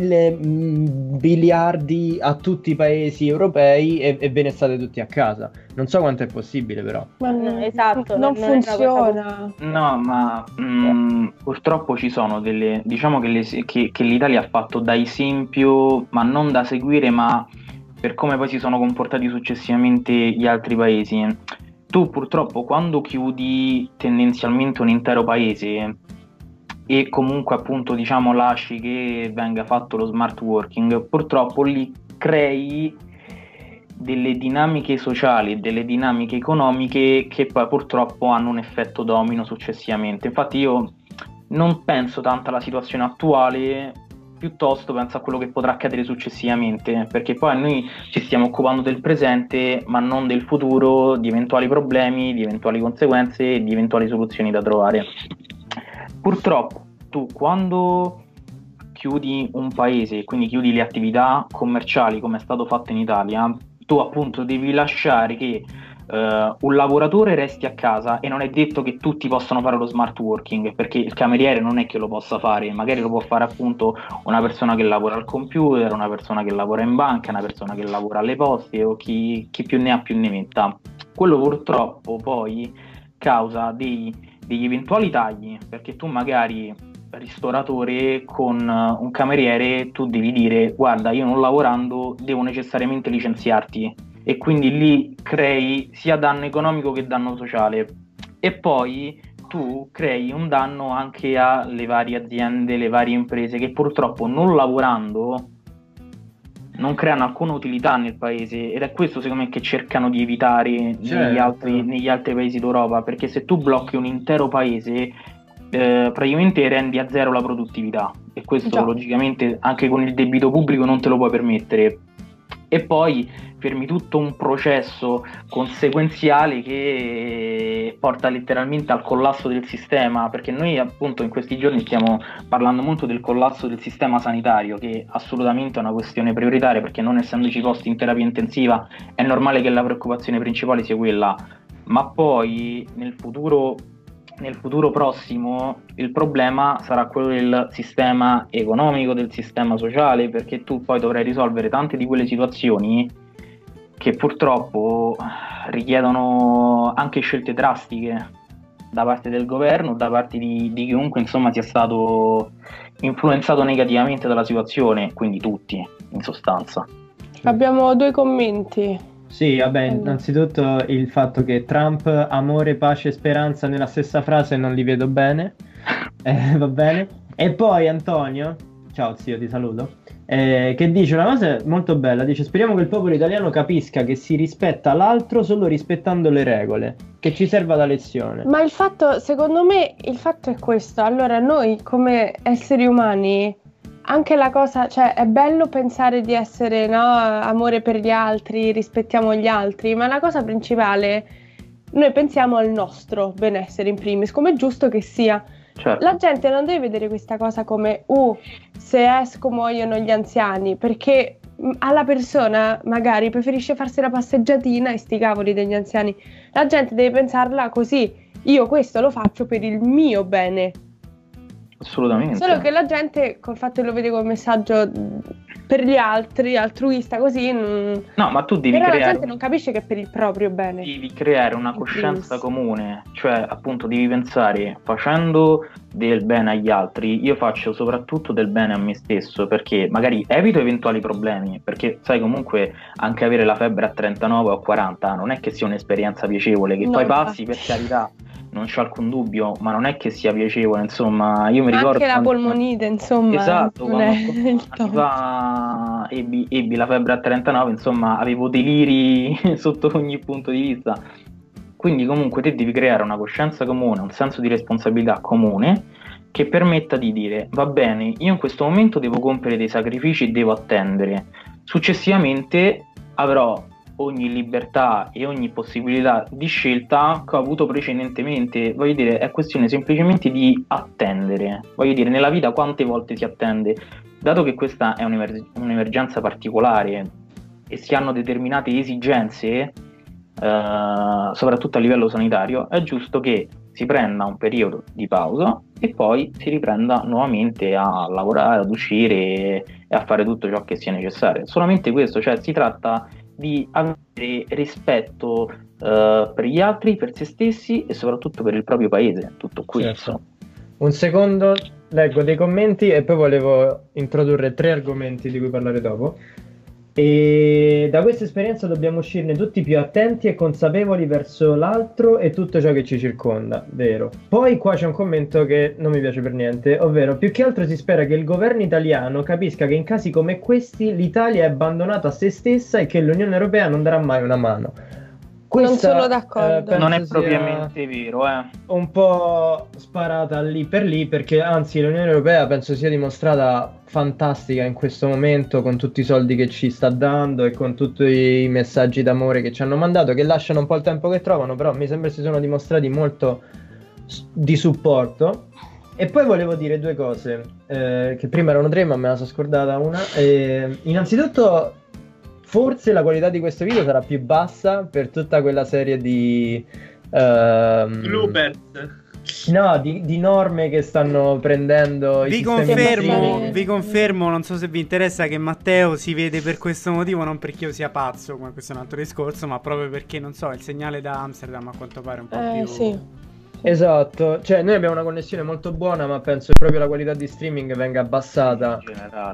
1.000 miliardi a tutti i paesi europei e ve ne state tutti a casa. Non so quanto è possibile, però. Esatto, non funziona. No, ma purtroppo ci sono delle, diciamo che l'Italia ha fatto da esempio, ma non da seguire, ma per come poi si sono comportati successivamente gli altri paesi. Tu purtroppo quando chiudi tendenzialmente un intero paese e comunque appunto diciamo lasci che venga fatto lo smart working, purtroppo lì crei delle dinamiche sociali, delle dinamiche economiche che poi purtroppo hanno un effetto domino successivamente. Infatti io non penso tanto alla situazione attuale, piuttosto penso a quello che potrà accadere successivamente, perché poi noi ci stiamo occupando del presente ma non del futuro, di eventuali problemi, di eventuali conseguenze e di eventuali soluzioni da trovare. Purtroppo tu quando chiudi un paese, quindi chiudi le attività commerciali come è stato fatto in Italia, tu appunto devi lasciare che un lavoratore resti a casa, e non è detto che tutti possano fare lo smart working, perché il cameriere non è che lo possa fare, magari lo può fare appunto una persona che lavora al computer, una persona che lavora in banca, una persona che lavora alle poste o chi più ne ha più ne metta. Quello purtroppo poi causa degli eventuali tagli, perché tu magari ristoratore con un cameriere tu devi dire: guarda, io non lavorando devo necessariamente licenziarti, e quindi lì crei sia danno economico che danno sociale, e poi tu crei un danno anche alle varie aziende, le varie imprese che purtroppo non lavorando non creano alcuna utilità nel paese, ed è questo secondo me che cercano di evitare negli altri paesi d'Europa, perché se tu blocchi un intero paese praticamente rendi a zero la produttività, e questo logicamente anche con il debito pubblico non te lo puoi permettere, e poi fermi tutto un processo conseguenziale che porta letteralmente al collasso del sistema, perché noi appunto in questi giorni stiamo parlando molto del collasso del sistema sanitario, che assolutamente è una questione prioritaria, perché non essendoci posti in terapia intensiva è normale che la preoccupazione principale sia quella, ma poi nel futuro prossimo il problema sarà quello del sistema economico, del sistema sociale, perché tu poi dovrai risolvere tante di quelle situazioni che purtroppo richiedono anche scelte drastiche da parte del governo, da parte di chiunque insomma sia stato influenzato negativamente dalla situazione, quindi tutti in sostanza. Abbiamo 2 commenti. Sì, vabbè, innanzitutto il fatto che Trump, amore, pace e speranza nella stessa frase non li vedo bene, va bene. E poi Antonio, ciao zio, ti saluto, che dice una cosa molto bella, dice speriamo che il popolo italiano capisca che si rispetta l'altro solo rispettando le regole, che ci serva da lezione. Ma il fatto, secondo me, il fatto è questo, allora noi come esseri umani... Anche la cosa, cioè è bello pensare di essere, no, amore per gli altri, rispettiamo gli altri, ma la cosa principale, noi pensiamo al nostro benessere in primis, come è giusto che sia. Certo. La gente non deve vedere questa cosa come, se esco muoiono gli anziani, perché alla persona magari preferisce farsi la passeggiatina e sti cavoli degli anziani. La gente deve pensarla così, io questo lo faccio per il mio bene. Assolutamente. Solo che la gente col fatto che lo vede come messaggio per gli altri, altruista così, no, ma tu devi però creare... la gente non capisce che è per il proprio bene. Devi creare una coscienza comune, cioè appunto devi pensare, facendo del bene agli altri, io faccio soprattutto del bene a me stesso, perché magari evito eventuali problemi, perché sai comunque anche avere la febbre a 39 o a 40 non è che sia un'esperienza piacevole, che poi passi, per carità, non c'è alcun dubbio, ma non è che sia piacevole, insomma, io mi ricordo... Anche la polmonite, insomma, esatto, non è il top. Ebbi la febbre a 39, insomma, avevo deliri sotto ogni punto di vista. Quindi comunque te devi creare una coscienza comune, un senso di responsabilità comune che permetta di dire, va bene, io in questo momento devo compiere dei sacrifici e devo attendere. Successivamente avrò ogni libertà e ogni possibilità di scelta che ho avuto precedentemente. Voglio dire, è questione semplicemente di attendere. Voglio dire, nella vita quante volte si attende? Dato che questa è un'emergenza particolare e si hanno determinate esigenze, soprattutto a livello sanitario, è giusto che si prenda un periodo di pausa e poi si riprenda nuovamente a lavorare, ad uscire e a fare tutto ciò che sia necessario. Solamente questo, cioè si tratta di avere rispetto per gli altri, per se stessi e soprattutto per il proprio paese. Tutto qui. Certo. Un secondo, leggo dei commenti e poi volevo introdurre 3 argomenti di cui parlare dopo. E da questa esperienza dobbiamo uscirne tutti più attenti e consapevoli verso l'altro e tutto ciò che ci circonda, vero. Poi qua c'è un commento che non mi piace per niente, ovvero più che altro si spera che il governo italiano capisca che in casi come questi l'Italia è abbandonata a se stessa e che l'Unione Europea non darà mai una mano. Questa, non sono d'accordo. Non è propriamente vero, un po' sparata lì per lì, perché anzi l'Unione Europea penso sia dimostrata fantastica in questo momento, con tutti i soldi che ci sta dando e con tutti i messaggi d'amore che ci hanno mandato, che lasciano un po' il tempo che trovano, però mi sembra si sono dimostrati molto di supporto. E poi volevo dire 2 cose, che prima erano 3 ma me la sono scordata una. Innanzitutto, forse la qualità di questo video sarà più bassa per tutta quella serie di bloopers. No, di norme che stanno prendendo vi confermo, non so se vi interessa, che Matteo si vede per questo motivo, non perché io sia pazzo, come questo è un altro discorso, ma proprio perché, non so, il segnale da Amsterdam a quanto pare un po' più... Sì. Esatto, cioè noi abbiamo una connessione molto buona, ma penso che proprio la qualità di streaming venga abbassata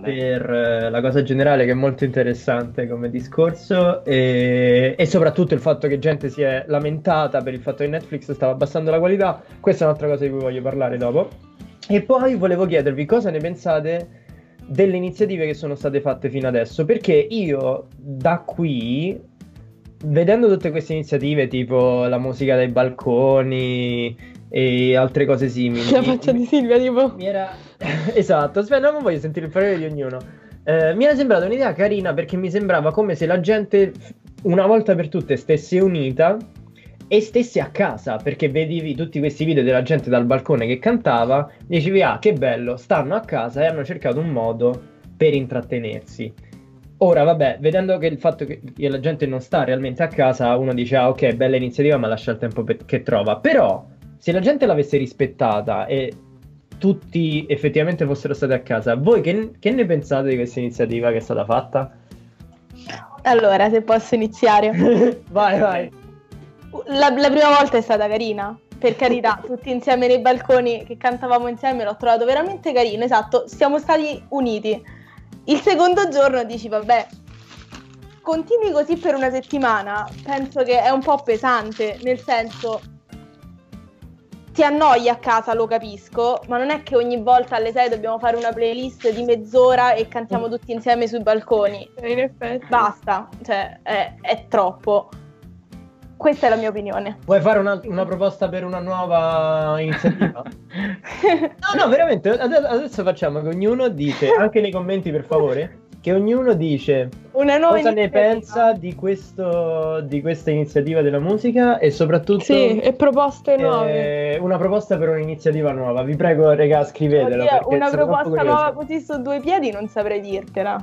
per la cosa generale, che è molto interessante come discorso, e soprattutto il fatto che gente si è lamentata per il fatto che Netflix stava abbassando la qualità. Questa è un'altra cosa di cui voglio parlare dopo. E poi volevo chiedervi cosa ne pensate delle iniziative che sono state fatte fino adesso, perché io da qui, vedendo tutte queste iniziative tipo la musica dai balconi e altre cose simili, la faccia di Silvia tipo mi era... esatto, aspetta, non voglio sentire il parere di ognuno. Mi era sembrata un'idea carina, perché mi sembrava come se la gente una volta per tutte stesse unita e stesse a casa, perché vedevi tutti questi video della gente dal balcone che cantava, dicevi ah che bello, stanno a casa e hanno cercato un modo per intrattenersi. Ora vabbè, vedendo che il fatto che la gente non sta realmente a casa, uno dice ah ok, bella iniziativa, ma lascia il tempo che trova. Però se la gente l'avesse rispettata e tutti effettivamente fossero stati a casa, voi che ne pensate di questa iniziativa che è stata fatta? Allora, se posso iniziare. Vai. La prima volta è stata carina, per carità, tutti insieme nei balconi che cantavamo insieme, l'ho trovato veramente carino, esatto, siamo stati uniti. Il secondo giorno dici vabbè, continui così per una settimana, penso che è un po' pesante, nel senso, ti annoi a casa, lo capisco, ma non è che ogni volta alle 6 dobbiamo fare una playlist di mezz'ora e cantiamo tutti insieme sui balconi. In effetti. Basta, cioè è troppo. Questa è la mia opinione. Vuoi fare una proposta per una nuova iniziativa? No, veramente, adesso facciamo che ognuno dice, anche nei commenti per favore, che ognuno dice una nuova cosa ne iniziativa. pensa di questa iniziativa della musica e soprattutto Sì, e proposte nuove. una proposta per un'iniziativa nuova. Vi prego, raga, scrivetela. Oddio, una sono troppo proposta curioso. nuova così su due piedi non saprei dirtela.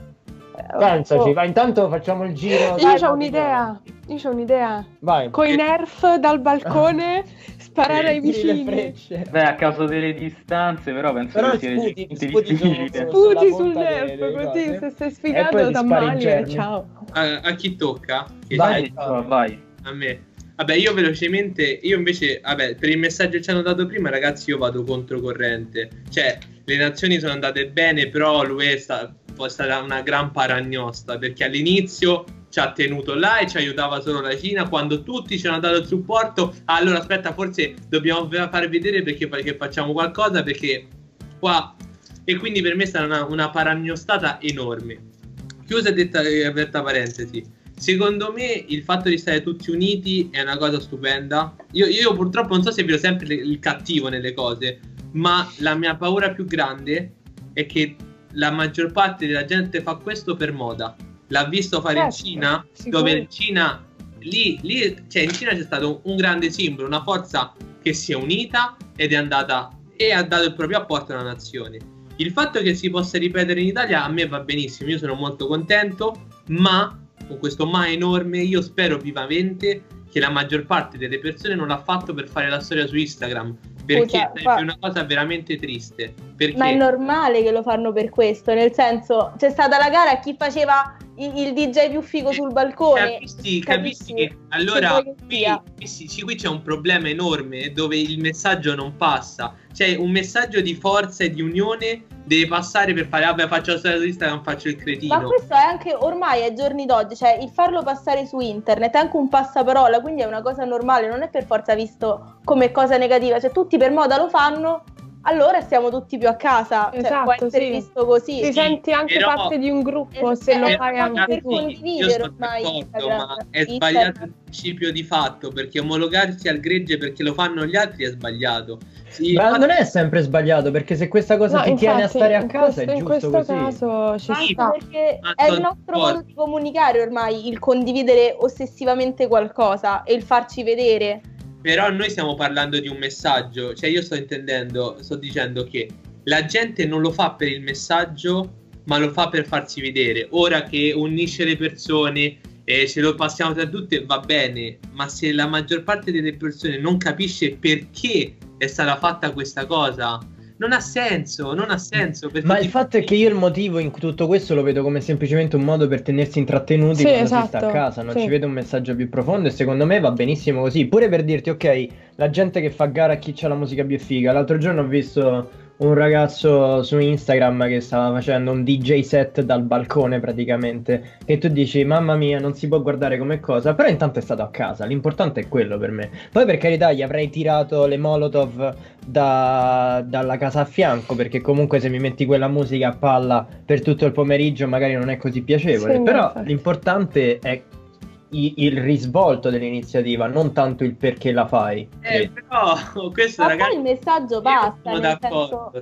Pensaci, Oh. ma intanto facciamo il giro. Io ho un'idea. Vai. Con i nerf dal balcone sparare ai Tiri le vicini. frecce. Beh, a causa delle distanze, però penso Però che sia sputi difficile. Sputi sulla sul punta nerf, delle così cose. se sei E poi sfigato ti da spari i male. germi. Ciao. A chi tocca? Che Vai. c'è? Vai. A me. Vabbè, io velocemente, io invece, vabbè, per il messaggio che ci hanno dato prima, ragazzi, io vado controcorrente. Cioè, le nazioni sono andate bene, però l'UE è stata una gran paragnosta, perché all'inizio ci ha tenuto là e ci aiutava solo la Cina, quando tutti ci hanno dato il supporto, allora aspetta, forse dobbiamo far vedere perché facciamo qualcosa, perché qua... E quindi per me è stata una paragnostata enorme. Chiusa e detta aperta parentesi. Secondo me il fatto di stare tutti uniti è una cosa stupenda. Io purtroppo non so se vedo sempre il cattivo nelle cose, ma la mia paura più grande è che la maggior parte della gente fa questo per moda. L'ha visto fare in Cina, dove in Cina cioè in Cina c'è stato un grande simbolo, una forza che si è unita ed è andata e ha dato il proprio apporto alla nazione. Il fatto che si possa ripetere in Italia a me va benissimo, io sono molto contento, ma con questo ma enorme io spero vivamente che la maggior parte delle persone non l'ha fatto per fare la storia su Instagram, perché è una cosa veramente triste. Perché... Ma è normale che lo fanno per questo, nel senso, c'è stata la gara a chi faceva il DJ più figo sul balcone. Capisci che allora qui c'è un problema enorme dove il messaggio non passa, cioè un messaggio di forza e di unione deve passare per fare vabbè faccio la storia su Instagram, faccio il cretino. Ma questo è anche ormai ai giorni d'oggi, cioè il farlo passare su internet è anche un passaparola, quindi è una cosa normale, non è per forza visto come cosa negativa, cioè tutti per moda lo fanno, allora stiamo tutti più a casa, Esatto, cioè, può essere visto così. Ti senti anche parte di un gruppo se lo fai anche tu. Io sono d'accordo, ma è sbagliato il principio di fatto, perché omologarsi al gregge perché lo fanno gli altri è sbagliato. Sì, ma non è sempre sbagliato, perché se questa cosa ti tiene a stare a casa è giusto così. In questo caso ci sta. Perché è il nostro modo di comunicare ormai, il condividere ossessivamente qualcosa e il farci vedere. Però noi stiamo parlando di un messaggio, cioè io sto dicendo che la gente non lo fa per il messaggio, ma lo fa per farsi vedere. Ora che unisce le persone e ce lo passiamo tra tutte va bene, ma se la maggior parte delle persone non capisce perché è stata fatta questa cosa, non ha senso. Ma il fatto è che io il motivo in tutto questo lo vedo come semplicemente un modo per tenersi intrattenuti quando si sta a casa, non ci vedo un messaggio più profondo e secondo me va benissimo così, pure per dirti ok, la gente che fa gara a chi c'ha la musica più figa. L'altro giorno ho visto un ragazzo su Instagram che stava facendo un DJ set dal balcone praticamente, che tu dici mamma mia non si può guardare come cosa, però intanto è stato a casa, l'importante è quello per me. Poi per carità gli avrei tirato le molotov dalla casa a fianco, perché comunque se mi metti quella musica a palla per tutto il pomeriggio magari non è così piacevole, però l'importante è il risvolto dell'iniziativa, non tanto il perché la fai. Però questo, ma ragazzi, poi il messaggio basta. Sono d'accordo.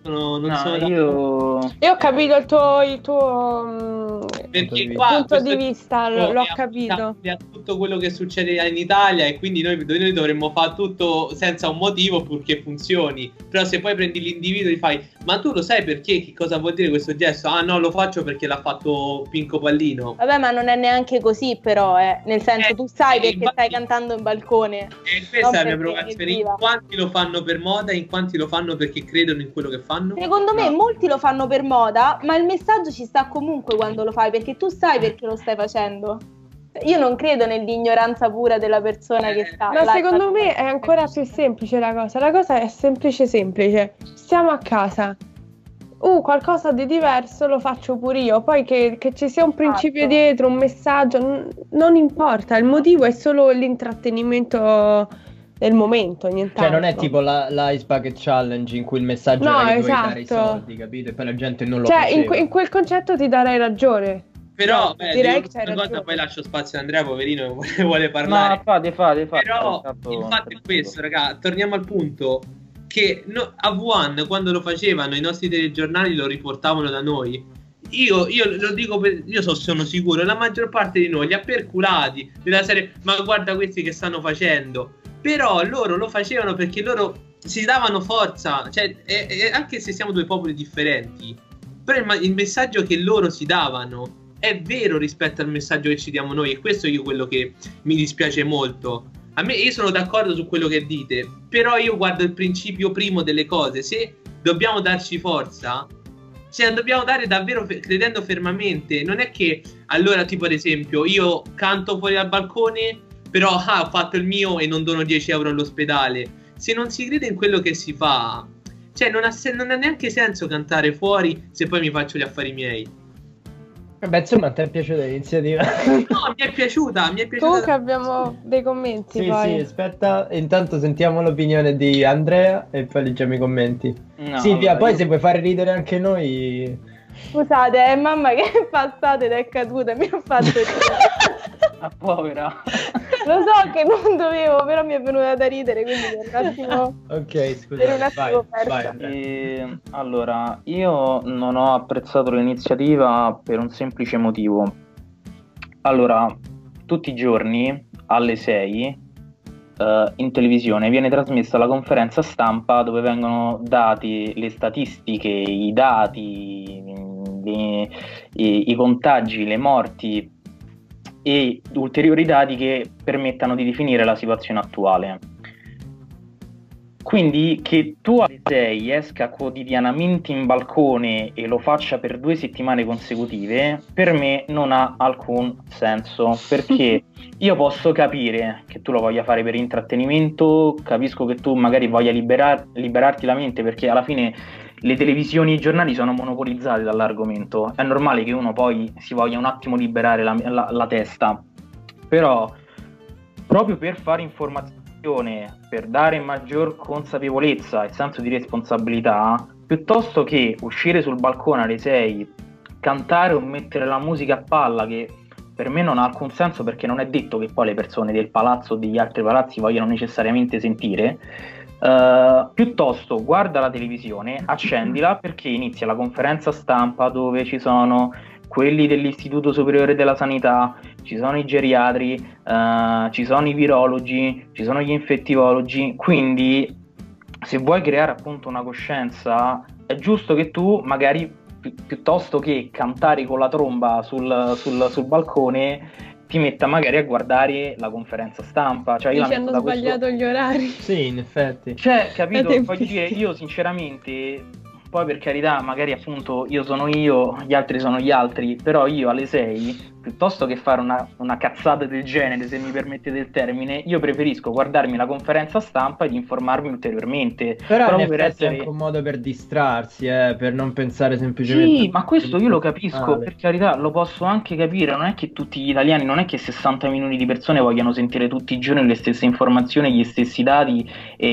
Io ho capito il tuo perché qua punto di vista, l'ho capito. Tutto quello che succede in Italia e quindi noi dovremmo fare tutto senza un motivo purché funzioni. Però se poi prendi l'individuo e gli fai ma tu lo sai perché? Che cosa vuol dire questo gesto? Ah no, lo faccio perché l'ha fatto Pinco Pallino. Vabbè, ma non è neanche così però, nel senso tu sai perché stai cantando in balcone. E questa è la mia provocazione. In quanti lo fanno per moda, in quanti lo fanno perché credono in quello che fanno? Secondo me molti lo fanno per moda, ma il messaggio ci sta comunque quando lo fai, perché tu sai perché lo stai facendo. Io non credo nell'ignoranza pura della persona che sta. Ma secondo me è ancora più semplice la cosa. La cosa è semplice. Stiamo a casa. qualcosa di diverso lo faccio pure io. Poi che ci sia un principio dietro, un messaggio, non importa, il motivo è solo l'intrattenimento del momento, nient'altro. Cioè non è tipo l'Ice Bucket Challenge in cui il messaggio era che dovevi dare i soldi, capito? E poi la gente non lo faceva. Cioè in quel concetto ti darei ragione. Però direi che una cosa, poi lascio spazio a Andrea, poverino, che vuole parlare. No, fate. Però il fatto è questo, raga, torniamo al punto che a Wuhan, quando lo facevano, i nostri telegiornali lo riportavano da noi. Io lo dico, io sono sicuro, la maggior parte di noi li ha perculati della serie, ma guarda questi che stanno facendo. Però loro lo facevano perché loro si davano forza, cioè anche se siamo due popoli differenti, però il messaggio che loro si davano è vero rispetto al messaggio che ci diamo noi, e questo è quello che mi dispiace molto. Io sono d'accordo su quello che dite, però io guardo il principio primo delle cose. Se dobbiamo darci forza, se la dobbiamo dare davvero credendo fermamente, non è che allora, tipo ad esempio, io canto fuori dal balcone, però ho fatto il mio e non dono 10 euro all'ospedale. Se non si crede in quello che si fa, cioè non ha neanche senso cantare fuori se poi mi faccio gli affari miei. Beh, insomma, a te è piaciuta l'iniziativa? No, mi è piaciuta. Comunque abbiamo dei commenti. Sì, poi. sì, aspetta, intanto sentiamo l'opinione di Andrea e poi leggiamo i commenti. No, Silvia, allora, poi se vuoi fare ridere anche noi... Scusate, è mamma che è passata ed è caduta e mi ha fatto ridere. Ah, povera. Lo so che non dovevo, però mi è venuta da ridere, quindi per un attimo... Ok, scusa, Per un attimo persa. Allora, io non ho apprezzato l'iniziativa per un semplice motivo. Allora, tutti i giorni alle 6 in televisione viene trasmessa la conferenza stampa dove vengono dati le statistiche, i dati, i contagi, le morti e ulteriori dati che permettano di definire la situazione attuale. Quindi che tu alle 6 esca quotidianamente in balcone e lo faccia per 2 settimane consecutive, per me non ha alcun senso, perché io posso capire che tu lo voglia fare per intrattenimento, capisco che tu magari voglia liberarti la mente, perché alla fine le televisioni e i giornali sono monopolizzati dall'argomento, è normale che uno poi si voglia un attimo liberare la testa, però proprio per fare informazione, per dare maggior consapevolezza e senso di responsabilità, piuttosto che uscire sul balcone alle 6, cantare o mettere la musica a palla, che per me non ha alcun senso, perché non è detto che poi le persone del palazzo o degli altri palazzi vogliano necessariamente sentire, piuttosto guarda la televisione, accendila, perché inizia la conferenza stampa dove ci sono quelli dell'Istituto Superiore della Sanità, ci sono i geriatri, ci sono i virologi, ci sono gli infettivologi, quindi se vuoi creare appunto una coscienza è giusto che tu magari piuttosto che cantare con la tromba sul balcone ti metta magari a guardare la conferenza stampa. Cioè, io hanno sbagliato gli orari. Sì, in effetti. Cioè, capito? Voglio dire, io sinceramente, poi per carità, magari appunto io sono io, gli altri sono gli altri, però io alle 6, piuttosto che fare una cazzata del genere, se mi permettete il termine, io preferisco guardarmi la conferenza stampa ed informarmi ulteriormente. Però in effetti è anche un modo per distrarsi, per non pensare semplicemente... Sì, ma questo io lo capisco, per carità, lo posso anche capire, non è che tutti gli italiani, non è che 60 milioni di persone vogliano sentire tutti i giorni le stesse informazioni, gli stessi dati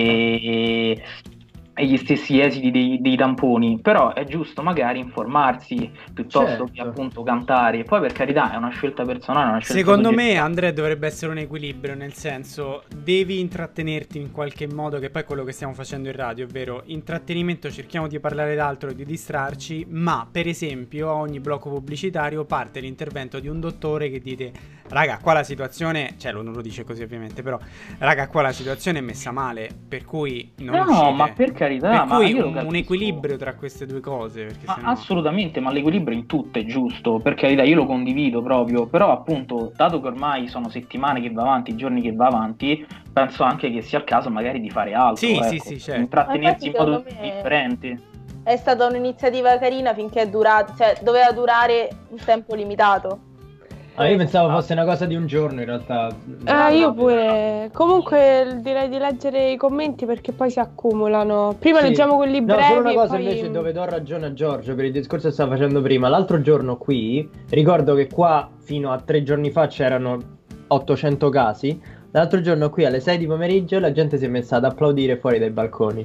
e gli stessi esiti dei tamponi, però è giusto magari informarsi piuttosto che appunto cantare. Poi per carità è una scelta personale, una scelta secondo me, Andrea, dovrebbe essere un equilibrio, nel senso devi intrattenerti in qualche modo, che poi è quello che stiamo facendo in radio, ovvero intrattenimento, cerchiamo di parlare d'altro e di distrarci, ma per esempio a ogni blocco pubblicitario parte l'intervento di un dottore che dite: raga, qua la situazione, cioè non lo dice così ovviamente, però raga, qua la situazione è messa male, per cui non uscite. Ma per carità, per ma cui io un equilibrio tra queste due cose, perché ma sennò... assolutamente, ma l'equilibrio in tutto è giusto, per carità, io lo condivido proprio, però appunto, dato che ormai sono settimane che va avanti, giorni che va avanti, penso anche che sia il caso magari di fare altro, sì, ecco, sì, certo. intrattenersi in modo differente. È stata un'iniziativa carina finché è durata, cioè doveva durare un tempo limitato. Io pensavo fosse una cosa di un giorno in realtà. Io pure. Comunque direi di leggere i commenti perché poi si accumulano. Prima leggiamo quelli brevi. Solo una cosa poi... invece dove do ragione a Giorgio per il discorso che stava facendo prima. L'altro giorno qui, ricordo che qua fino a 3 giorni fa c'erano 800 casi. L'altro giorno qui alle 6 di pomeriggio la gente si è messa ad applaudire fuori dai balconi.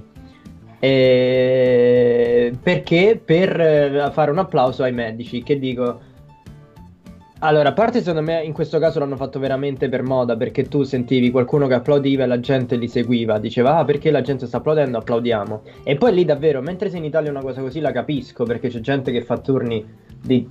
Perché? Per fare un applauso ai medici, che dico... Allora, a parte secondo me in questo caso l'hanno fatto veramente per moda, perché tu sentivi qualcuno che applaudiva e la gente li seguiva, diceva perché la gente sta applaudendo, applaudiamo. E poi lì davvero, mentre se in Italia una cosa così la capisco, perché c'è gente che fa turni di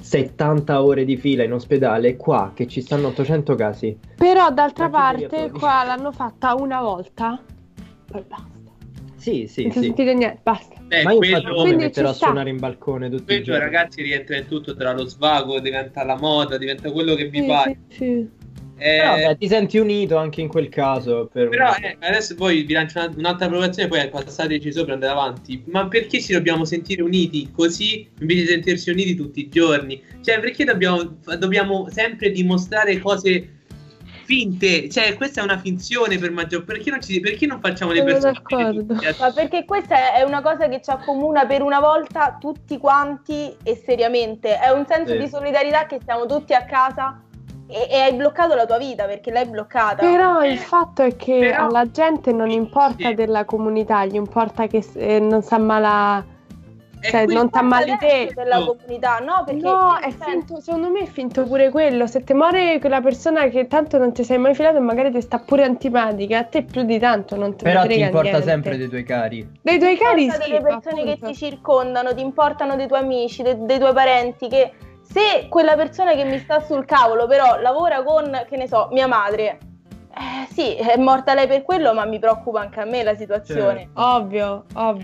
70 ore di fila in ospedale, e qua che ci stanno 800 casi. Però d'altra parte qua l'hanno fatta una volta, poi basta. Sì. Non si sentite niente, basta. Ma io infatti non mi metterò a suonare in balcone tutti i giorni. Ragazzi, rientra in tutto, tra lo svago, diventa la moda, diventa quello che vi pare. Sì. Però ti senti unito anche in quel caso. Però adesso poi vi lancio un'altra provocazione, poi passateci sopra e andate avanti. Ma perché ci dobbiamo sentire uniti così invece di sentirci uniti tutti i giorni? Cioè, perché dobbiamo sempre dimostrare cose finte? Cioè, questa è una finzione per maggior. Perché non facciamo le persone? Ma perché questa è una cosa che ci accomuna per una volta tutti quanti e seriamente. È un senso di solidarietà che siamo tutti a casa e hai bloccato la tua vita perché l'hai bloccata. Però il fatto è che alla gente non importa della comunità, gli importa che non si ammala. Cioè, non ti ammali te della comunità, no? Perché no, è finto, secondo me è finto pure quello. Se te muore quella persona che tanto non ti sei mai filato e magari ti sta pure antipatica, a te più di tanto non te ne frega niente. Però ti importa sempre dei tuoi cari. Dei tuoi cari, sì, delle persone che ti circondano, ti importano dei tuoi amici, dei tuoi parenti, che se quella persona che mi sta sul cavolo però lavora con, che ne so, mia madre, sì, è morta lei per quello, ma mi preoccupa anche a me la situazione. Ovvio,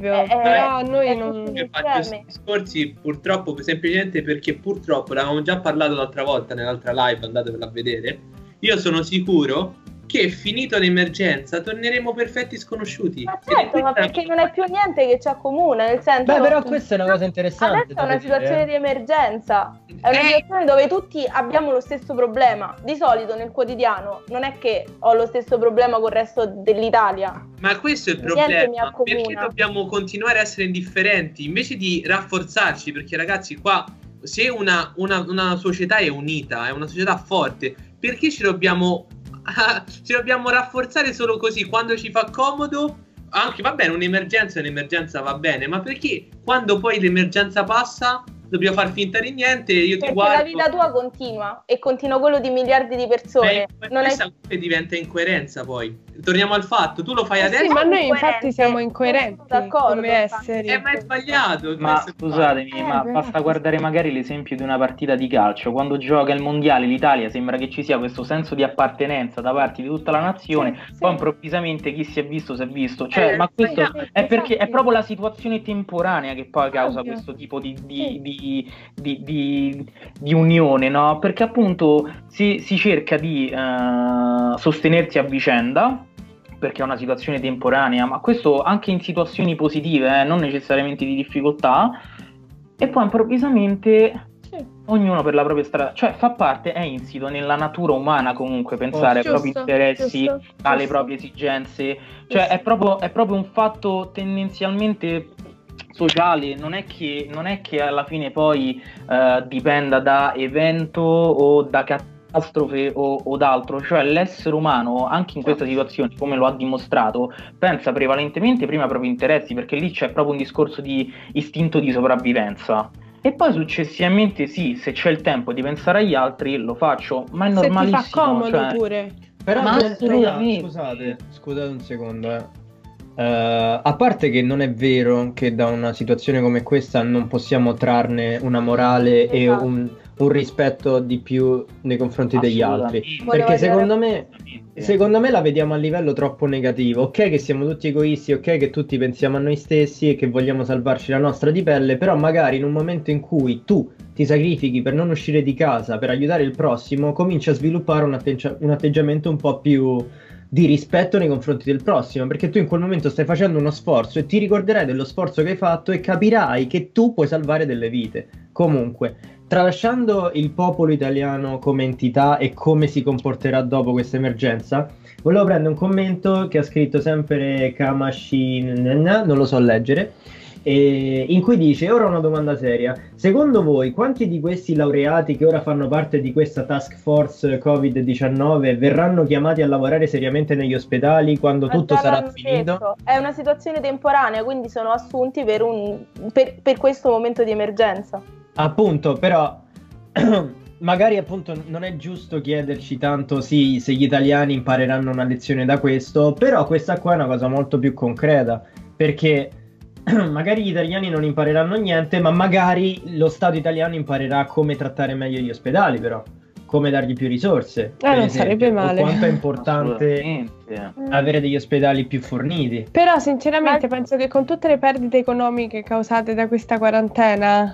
però noi non faccio questi discorsi purtroppo semplicemente perché purtroppo l'avevamo già parlato l'altra volta nell'altra live, andatevela a vedere. Io sono sicuro che finito l'emergenza torneremo perfetti sconosciuti. Ma certo, ma perché non è più niente che ci accomuna, nel senso... Beh, però questa è una cosa interessante. Adesso è una situazione di emergenza, è una situazione dove tutti abbiamo lo stesso problema. Di solito nel quotidiano non è che ho lo stesso problema con il resto dell'Italia. Ma questo è il problema, perché dobbiamo continuare a essere indifferenti invece di rafforzarci, perché ragazzi qua, se una società è unita, è una società forte, perché ci dobbiamo rafforzare solo così quando ci fa comodo? Anche va bene, un'emergenza va bene, ma perché quando poi l'emergenza passa dobbiamo far finta di niente? Io perché ti guardo, la vita tua continua e continua quello di miliardi di persone. Questa diventa incoerenza. Poi torniamo al fatto, tu lo fai adesso. Sì, ma noi infatti siamo incoerenti come esseri. Ma è sbagliato. Ma scusatemi, ma basta guardare magari l'esempio di una partita di calcio. Quando gioca il mondiale l'Italia sembra che ci sia questo senso di appartenenza da parte di tutta la nazione, poi improvvisamente chi si è visto si è visto. Cioè, ma questo è perché è proprio la situazione temporanea che poi causa questo tipo di unione, no? Perché appunto si cerca di sostenersi a vicenda, perché è una situazione temporanea, ma questo anche in situazioni positive, non necessariamente di difficoltà, e poi improvvisamente ognuno per la propria strada, cioè fa parte, è insito nella natura umana comunque pensare ai propri interessi, alle proprie esigenze, cioè è proprio un fatto tendenzialmente sociale, non è che alla fine poi dipenda da evento o da catastrofe o d'altro, cioè l'essere umano anche in questa situazione, come lo ha dimostrato, pensa prevalentemente prima ai propri interessi, perché lì c'è proprio un discorso di istinto di sopravvivenza. E poi successivamente sì, se c'è il tempo di pensare agli altri lo faccio, ma è normalissimo. Se ti fa comodo pure. Però scusate un secondo. A parte che non è vero che da una situazione come questa non possiamo trarne una morale e un rispetto di più nei confronti degli altri, perché secondo me la vediamo a livello troppo negativo. Ok che siamo tutti egoisti, ok che tutti pensiamo a noi stessi e che vogliamo salvarci la nostra di pelle, però magari in un momento in cui tu ti sacrifichi per non uscire di casa, per aiutare il prossimo, comincia a sviluppare un atteggiamento un po' più di rispetto nei confronti del prossimo, perché tu in quel momento stai facendo uno sforzo e ti ricorderai dello sforzo che hai fatto e capirai che tu puoi salvare delle vite. Comunque, tralasciando il popolo italiano come entità e come si comporterà dopo questa emergenza, volevo prendere un commento che ha scritto sempre Kamashin, non lo so leggere, in cui dice: ora una domanda seria, secondo voi quanti di questi laureati che ora fanno parte di questa task force Covid-19 verranno chiamati a lavorare seriamente negli ospedali quando tutto sarà finito? Detto, è una situazione temporanea, quindi sono assunti per questo momento di emergenza. Appunto, però magari appunto non è giusto chiederci tanto sì se gli italiani impareranno una lezione da questo, però questa qua è una cosa molto più concreta, perché magari gli italiani non impareranno niente, ma magari lo Stato italiano imparerà come trattare meglio gli ospedali, però come dargli più risorse, per non esempio, sarebbe male. o quanto è importante avere degli ospedali più forniti. Però sinceramente penso che con tutte le perdite economiche causate da questa quarantena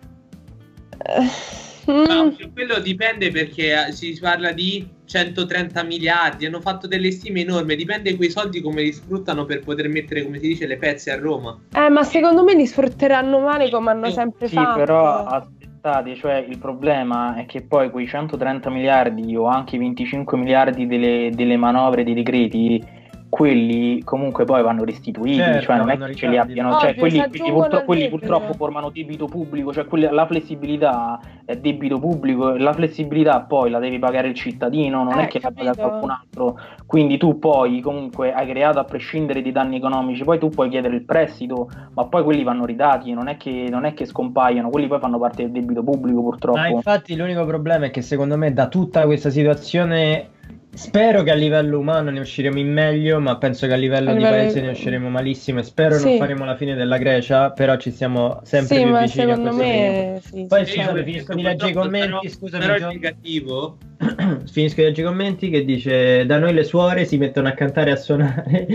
quello dipende, perché si parla di 130 miliardi, hanno fatto delle stime enormi, dipende quei soldi come li sfruttano per poter mettere, come si dice, le pezze a Roma. Ma secondo me li sfrutteranno male come hanno sempre fatto. Sì, però aspettate, cioè il problema è che poi quei 130 miliardi o anche 25 miliardi delle manovre dei decreti, quelli comunque poi vanno restituiti, certo, cioè non è che ce li abbiano, cioè quelli purtroppo formano debito pubblico, cioè la flessibilità è debito pubblico, la flessibilità poi la devi pagare il cittadino, non è che la paga qualcun altro, quindi tu poi comunque hai creato, a prescindere dai danni economici, poi tu puoi chiedere il prestito, ma poi quelli vanno ridati, non è che scompaiono, quelli poi fanno parte del debito pubblico purtroppo. Ma infatti l'unico problema è che secondo me da tutta questa situazione, spero che a livello umano ne usciremo in meglio, ma penso che a livello di paese ne usciremo malissimo, e spero non faremo la fine della Grecia, però ci siamo sempre più vicini a questo punto. Poi scusami, finisco di leggere i commenti, scusami, negativo. Finisco di leggere i commenti, che dice: da noi le suore si mettono a cantare e a suonare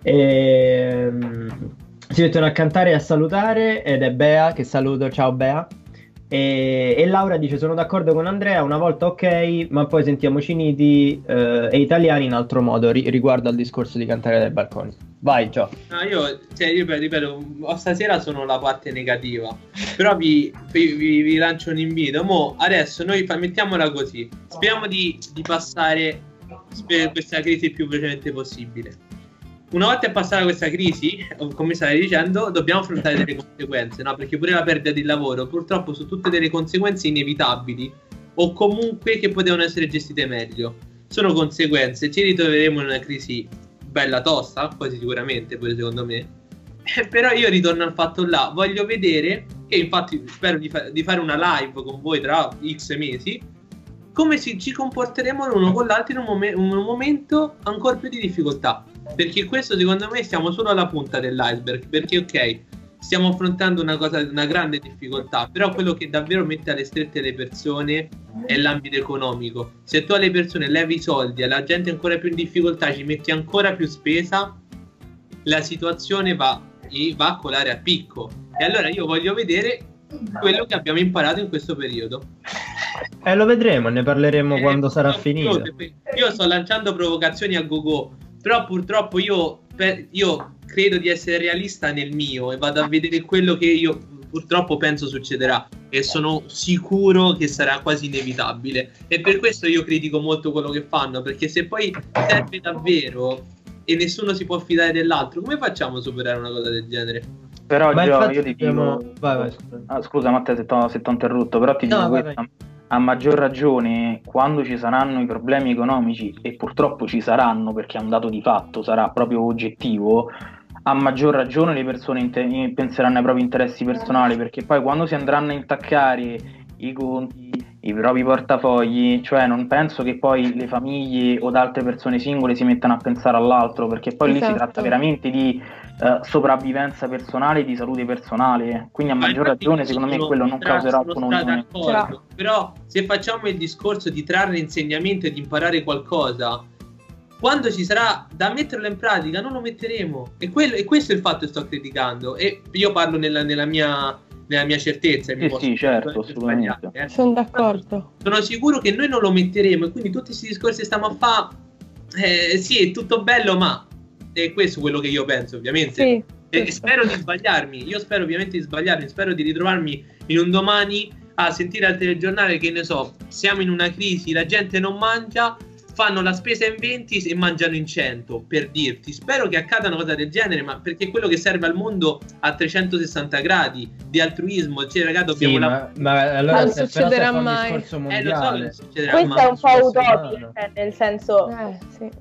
si mettono a cantare e a salutare, ed è Bea, che saluto, ciao Bea. E Laura dice: sono d'accordo con Andrea, una volta ok, ma poi sentiamo ciniti e italiani in altro modo riguardo al discorso di cantare dai balconi. Vai Gio. No, io ripeto, stasera sono la parte negativa, però vi lancio un invito. Adesso noi mettiamola così, speriamo di passare questa crisi il più velocemente possibile. Una volta passata questa crisi, come stai dicendo, dobbiamo affrontare delle conseguenze, no? Perché pure la perdita di lavoro purtroppo sono tutte delle conseguenze inevitabili, o comunque che potevano essere gestite meglio. Sono conseguenze, ci ritroveremo in una crisi bella tosta, quasi sicuramente, pure secondo me. Però io ritorno al fatto là, voglio vedere, e infatti spero di fare una live con voi tra X mesi, come ci comporteremo l'uno con l'altro in un momento ancora più di difficoltà. Perché questo secondo me stiamo solo alla punta dell'iceberg, perché ok, stiamo affrontando una grande difficoltà, però quello che davvero mette alle strette le persone è l'ambito economico. Se tu alle persone levi i soldi, alla gente ancora più in difficoltà ci metti ancora più spesa, la situazione va a colare a picco. E allora io voglio vedere quello che abbiamo imparato in questo periodo. Lo vedremo, ne parleremo quando sarà finito. Io sto lanciando provocazioni a go-go, però purtroppo io credo di essere realista nel mio e vado a vedere quello che io purtroppo penso succederà, e sono sicuro che sarà quasi inevitabile, e per questo io critico molto quello che fanno, perché se poi serve davvero e nessuno si può fidare dell'altro, come facciamo a superare una cosa del genere? Però io ti dico, vai. Scusa Matteo se ti ho interrotto, però ti dico questa. A maggior ragione quando ci saranno i problemi economici, e purtroppo ci saranno perché è un dato di fatto, sarà proprio oggettivo, a maggior ragione le persone penseranno ai propri interessi personali, perché poi quando si andranno a intaccare i conti, i propri portafogli, cioè non penso che poi le famiglie o altre persone singole si mettano a pensare all'altro, perché poi lì si tratta veramente di sopravvivenza personale e di salute personale, quindi a maggior ragione secondo me quello non causerà alcun momento. Però se facciamo il discorso di trarre insegnamento e di imparare qualcosa, quando ci sarà da metterlo in pratica non lo metteremo, e questo è il fatto che sto criticando, e io parlo nella mia certezza. Sì, certo, assolutamente. Sono d'accordo. Sono sicuro che noi non lo metteremo, e quindi tutti questi discorsi che stiamo a fare, sì, è tutto bello, ma è questo quello che io penso, ovviamente. Sì. E spero di sbagliarmi, io spero ovviamente di sbagliarmi, spero di ritrovarmi in un domani a sentire al telegiornale che ne so, siamo in una crisi, la gente non mangia, fanno la spesa in 20 e mangiano in 100, per dirti. Spero che accada una cosa del genere, ma perché è quello che serve al mondo a 360 gradi di altruismo. Cioè, ragazzi, dobbiamo ma allora non succederà mai. Lo so, non succederà questo mai. È un po' utopico, nel senso sì.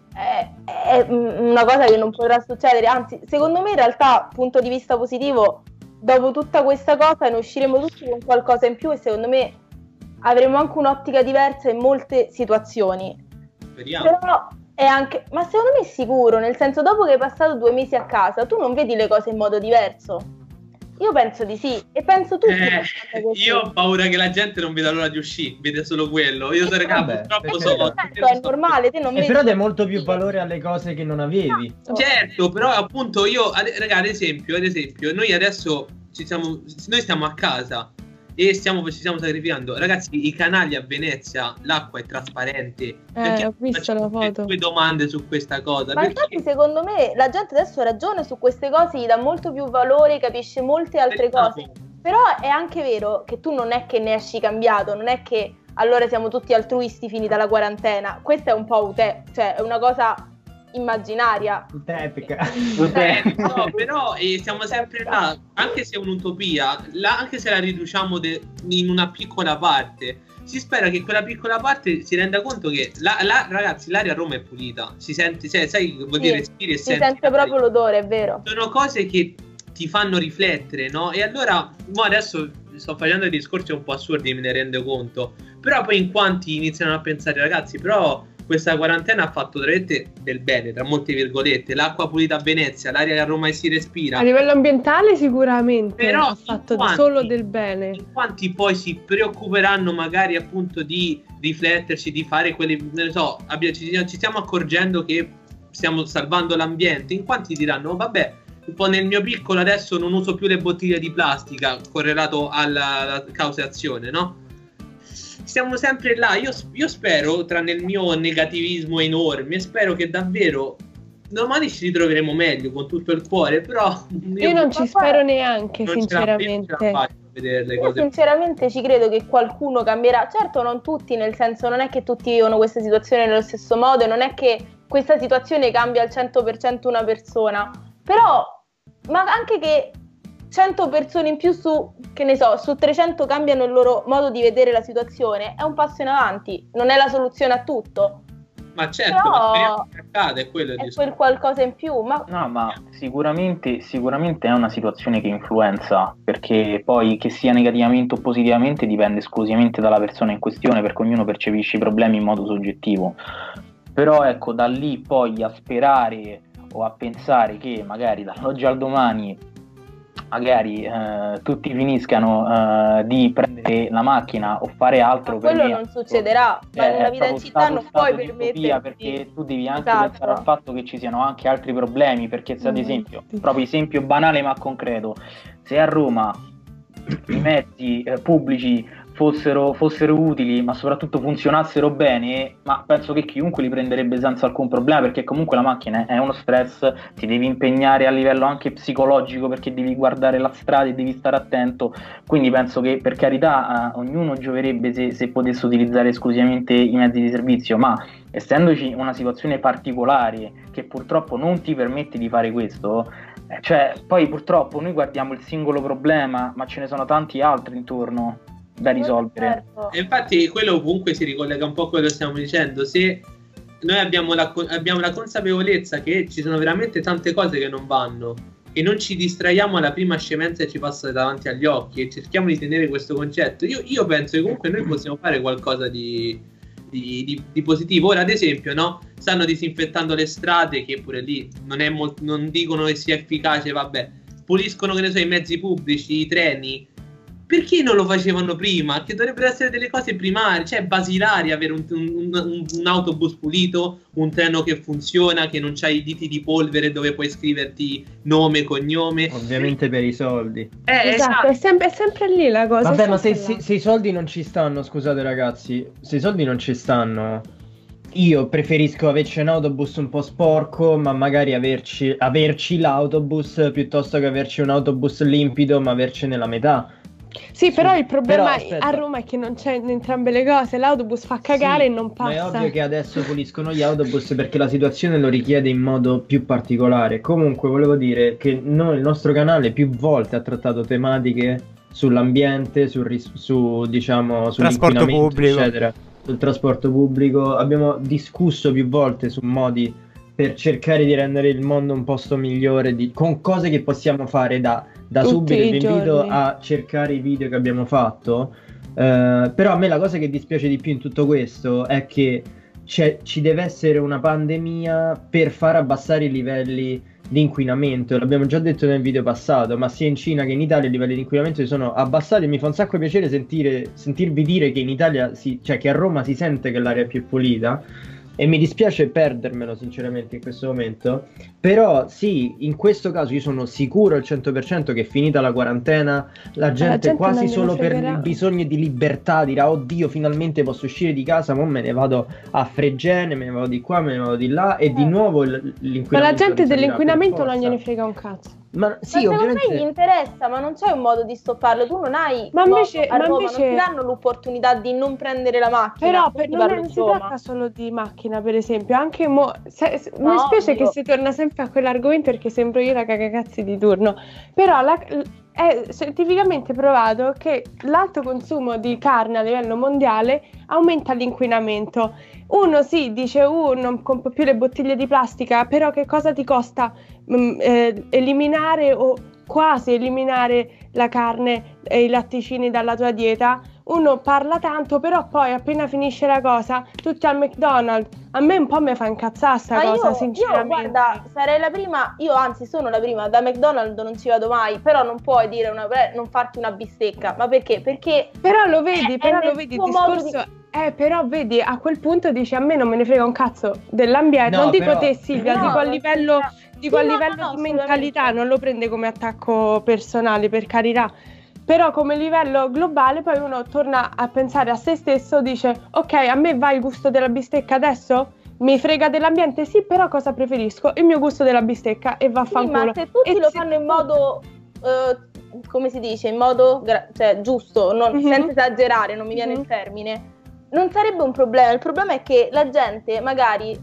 È una cosa che non potrà succedere, anzi, secondo me in realtà, punto di vista positivo, dopo tutta questa cosa ne usciremo tutti con qualcosa in più e secondo me avremo anche un'ottica diversa in molte situazioni. Speriamo. Però è anche, ma secondo me è sicuro, nel senso, dopo che hai passato 2 mesi a casa, tu non vedi le cose in modo diverso. Io penso di sì, e penso tutti. Io ho paura che la gente non veda l'ora di uscire, vede solo quello. Io purtroppo so. È normale, te non vedi. Però dai molto più valore alle cose che non avevi. Certo, però appunto io, raga, ad esempio, noi adesso noi stiamo a casa e ci stiamo sacrificando. Ragazzi, i canali a Venezia, l'acqua è trasparente. Ho visto la foto. 2 domande su questa cosa. Ma infatti secondo me la gente adesso ha ragione su queste cose, gli dà molto più valore, capisce molte altre cose. Però è anche vero che tu non è che ne esci cambiato, non è che allora siamo tutti altruisti finita la quarantena. Questa è un po' cioè è una cosa immaginaria. Utopica. No, però siamo sempre là, anche se è un'utopia, anche se la riduciamo in una piccola parte, si spera che quella piccola parte si renda conto che ragazzi, l'aria a Roma è pulita, si sente, cioè, sai, vuol dire respiri e si sente proprio l'odore, è vero. Sono cose che ti fanno riflettere, no? E allora, adesso sto facendo dei discorsi un po' assurdi, me ne rendo conto, però poi in quanti iniziano a pensare, ragazzi, però questa quarantena ha fatto del bene, tra molte virgolette, l'acqua pulita a Venezia, l'aria che a Roma si respira. A livello ambientale sicuramente, però ha fatto solo del bene. In quanti poi si preoccuperanno magari appunto di rifletterci, di fare quelli, non lo so, ci stiamo accorgendo che stiamo salvando l'ambiente, in quanti diranno, vabbè, un po' nel mio piccolo adesso non uso più le bottiglie di plastica, correlato alla causa e azione, no? Siamo sempre là, io spero, tra nel mio negativismo enorme, spero che davvero domani ci ritroveremo meglio con tutto il cuore, però io non ci spero neanche, sinceramente. Io sinceramente ci credo che qualcuno cambierà, certo non tutti, nel senso non è che tutti vivono questa situazione nello stesso modo, non è che questa situazione cambia al 100% una persona, però ma anche che 100 persone in più su 300 cambiano il loro modo di vedere la situazione, è un passo in avanti, non è la soluzione a tutto. Ma certo, però ma speriamo che accada, è quello è quel qualcosa in più. No, ma sicuramente è una situazione che influenza, perché poi che sia negativamente o positivamente dipende esclusivamente dalla persona in questione, perché ognuno percepisce i problemi in modo soggettivo. Però ecco, da lì poi a sperare o a pensare che magari dall'oggi al domani magari tutti finiscano di prendere la macchina o fare altro, ma quello non succederà, ma nella vita in città non puoi permetterti, perché tu devi anche pensare al fatto che ci siano anche altri problemi, perché se ad esempio, proprio esempio banale ma concreto, se a Roma i mezzi pubblici fossero utili, ma soprattutto funzionassero bene, ma penso che chiunque li prenderebbe senza alcun problema, perché comunque la macchina è uno stress, ti devi impegnare a livello anche psicologico perché devi guardare la strada e devi stare attento, quindi penso che per carità ognuno gioverebbe se potesse utilizzare esclusivamente i mezzi di servizio, ma essendoci una situazione particolare che purtroppo non ti permette di fare questo, cioè poi purtroppo noi guardiamo il singolo problema, ma ce ne sono tanti altri intorno da risolvere. E infatti quello comunque si ricollega un po' a quello che stiamo dicendo. Se noi abbiamo la consapevolezza che ci sono veramente tante cose che non vanno e non ci distraiamo alla prima scemenza che ci passa davanti agli occhi e cerchiamo di tenere questo concetto, io penso che comunque noi possiamo fare qualcosa di positivo. Ora ad esempio, no? Stanno disinfettando le strade, che pure lì non dicono che sia efficace, vabbè, puliscono, che ne so, i mezzi pubblici, i treni. Perché non lo facevano prima? Che dovrebbero essere delle cose primarie, cioè basilari, avere un autobus pulito, un treno che funziona, che non c'ha i diti di polvere dove puoi scriverti nome, cognome. Ovviamente per i soldi. Esatto, è sempre lì la cosa. Vabbè, ma se i soldi non ci stanno, scusate ragazzi, se i soldi non ci stanno, Io preferisco averci un autobus un po' sporco, ma magari averci l'autobus piuttosto che averci un autobus limpido, ma avercene la metà. Sì, però il problema aspetta. a Roma è che non c'è entrambe le cose, l'autobus fa cagare e non passa. Ma è ovvio che adesso puliscono gli autobus perché la situazione lo richiede in modo più particolare. Comunque volevo dire che il nostro canale più volte ha trattato tematiche sull'ambiente, diciamo, sull'inquinamento, pubblico, eccetera, sul trasporto pubblico. Abbiamo discusso più volte su modi per cercare di rendere il mondo un posto migliore, con cose che possiamo fare da subito. Vi invito a cercare i video che abbiamo fatto. Però a me la cosa che dispiace di più in tutto questo è che ci deve essere una pandemia per far abbassare i livelli di inquinamento. L'abbiamo già detto nel video passato, ma sia in Cina che in Italia i livelli di inquinamento si sono abbassati. Mi fa un sacco piacere sentirvi dire che in Italia, cioè che a Roma si sente che l'aria è più pulita. E mi dispiace perdermelo sinceramente in questo momento, però sì, in questo caso io sono sicuro al 100% che finita la quarantena la gente quasi solo per il bisogno di libertà dirà: oddio, finalmente posso uscire di casa, ma me ne vado a Fregene, me ne vado di qua, me ne vado di là, e di nuovo l'inquinamento. Ma la gente dell'inquinamento non gliene frega un cazzo. Ma secondo me gli interessa, ma non c'è un modo di stopparlo. Tu non hai non ti danno l'opportunità di non prendere la macchina. Però non si tratta solo di macchina, per esempio. Anche mi spiace che si torna sempre a quell'argomento perché sembro io la cagacazzi di turno. Però è scientificamente provato che l'alto consumo di carne a livello mondiale aumenta l'inquinamento. Uno dice non compro più le bottiglie di plastica, però che cosa ti costa eliminare o quasi eliminare la carne e i latticini dalla tua dieta? Uno parla tanto, però poi appena finisce la cosa tutti al McDonald's. A me un po' mi fa incazzare sta cosa, sinceramente. Io guarda, sarei la prima, io anzi sono la prima, da McDonald's non ci vado mai, però non puoi dire non farti una bistecca, ma perché? Perché però lo vedi, il discorso però vedi, a quel punto dici: a me non me ne frega un cazzo dell'ambiente. Non dico te, Silvia, dico a livello di mentalità, non lo prende come attacco personale, per carità. Però come livello globale poi uno torna a pensare a se stesso, dice: ok, a me va il gusto della bistecca adesso? Mi frega dell'ambiente? Sì, però cosa preferisco? Il mio gusto della bistecca, e vaffanculo. Ma se tutti lo fanno in modo come si dice, in modo giusto, senza esagerare, non mi viene il termine, non sarebbe un problema. Il problema è che la gente magari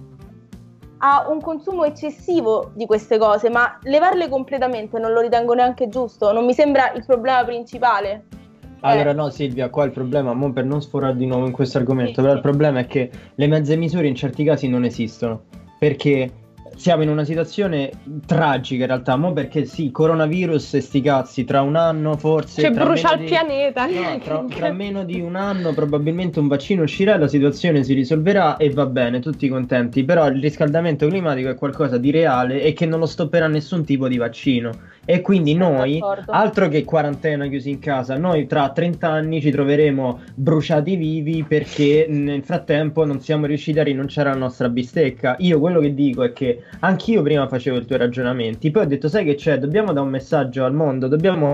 ha un consumo eccessivo di queste cose, ma levarle completamente non lo ritengo neanche giusto, non mi sembra il problema principale. Allora no, Silvia, qua il problema, per non sforare di nuovo in questo argomento, però il problema è che le mezze misure in certi casi non esistono, perché siamo in una situazione tragica in realtà, perché sì, coronavirus e sti cazzi, tra un anno forse brucia il pianeta. No, tra meno di un anno probabilmente un vaccino uscirà, la situazione si risolverà e va bene, tutti contenti. Però il riscaldamento climatico è qualcosa di reale e che non lo stopperà nessun tipo di vaccino. E quindi noi, altro che quarantena chiusi in casa, noi tra 30 anni ci troveremo bruciati vivi perché nel frattempo non siamo riusciti a rinunciare alla nostra bistecca. Io quello che dico è che anch'io prima facevo i tuoi ragionamenti, poi ho detto: sai che c'è? Dobbiamo dare un messaggio al mondo,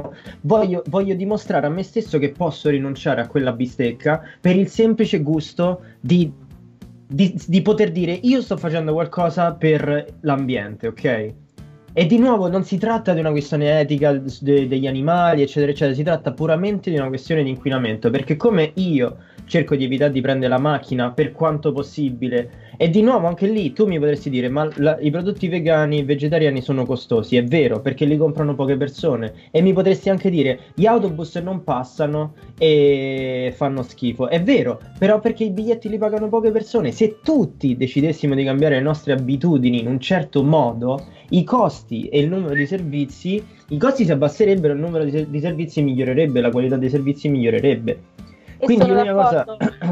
voglio dimostrare a me stesso che posso rinunciare a quella bistecca per il semplice gusto di poter dire: io sto facendo qualcosa per l'ambiente, ok? E di nuovo non si tratta di una questione etica degli animali, eccetera, eccetera, si tratta puramente di una questione di inquinamento, perché come io cerco di evitare di prendere la macchina per quanto possibile, e di nuovo anche lì tu mi potresti dire: ma i prodotti vegani e vegetariani sono costosi. È vero, perché li comprano poche persone. E mi potresti anche dire: gli autobus non passano e fanno schifo. È vero, però perché i biglietti li pagano poche persone. Se tutti decidessimo di cambiare le nostre abitudini in un certo modo, i costi e il numero di servizi, i costi si abbasserebbero, il numero di servizi migliorerebbe, la qualità dei servizi migliorerebbe. Quindi l'unica cosa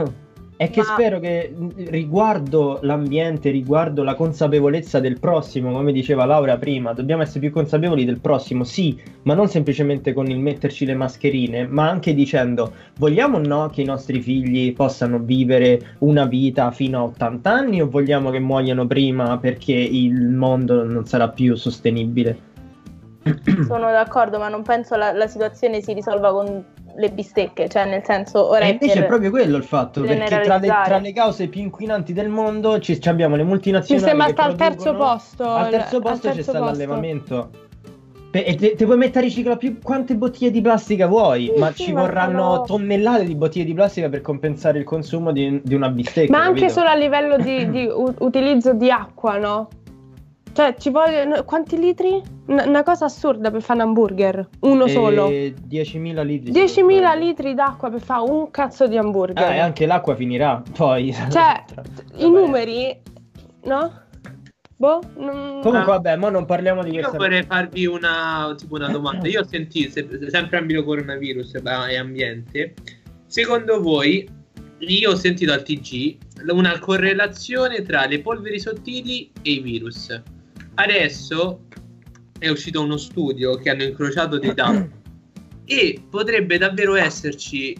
è che spero che riguardo l'ambiente, riguardo la consapevolezza del prossimo, come diceva Laura prima, dobbiamo essere più consapevoli del prossimo, sì, ma non semplicemente con il metterci le mascherine, ma anche dicendo: vogliamo o no che i nostri figli possano vivere una vita fino a 80 anni o vogliamo che muoiano prima perché il mondo non sarà più sostenibile? Sono d'accordo, ma non penso la situazione si risolva con le bistecche, cioè nel senso ora e invece è proprio quello il fatto, perché generalizzare. tra le cause più inquinanti del mondo abbiamo le multinazionali. Mi sembra che sta al terzo producono- posto. Al terzo al posto c'è terzo sta posto. l'allevamento. E te puoi mettere a riciclare più quante bottiglie di plastica vuoi, Sì, ma sì, ci ma vorranno sono- tonnellate di bottiglie di plastica per compensare il consumo di una bistecca. Ma anche capito? solo a livello di utilizzo di acqua, no? Cioè, ci vogliono quanti litri? Una cosa assurda per fare un hamburger. Uno solo. 10.000 litri. 10.000 litri d'acqua per fare un cazzo di hamburger. E anche l'acqua finirà poi. Cioè, i numeri, no? Boh, Comunque, vabbè, ma non parliamo di Io questa. vorrei farvi una domanda. Io ho sentito, sempre ambito coronavirus e ambiente, secondo voi, io ho sentito al TG una correlazione tra le polveri sottili e i virus. Adesso è uscito uno studio che hanno incrociato dei dati e potrebbe davvero esserci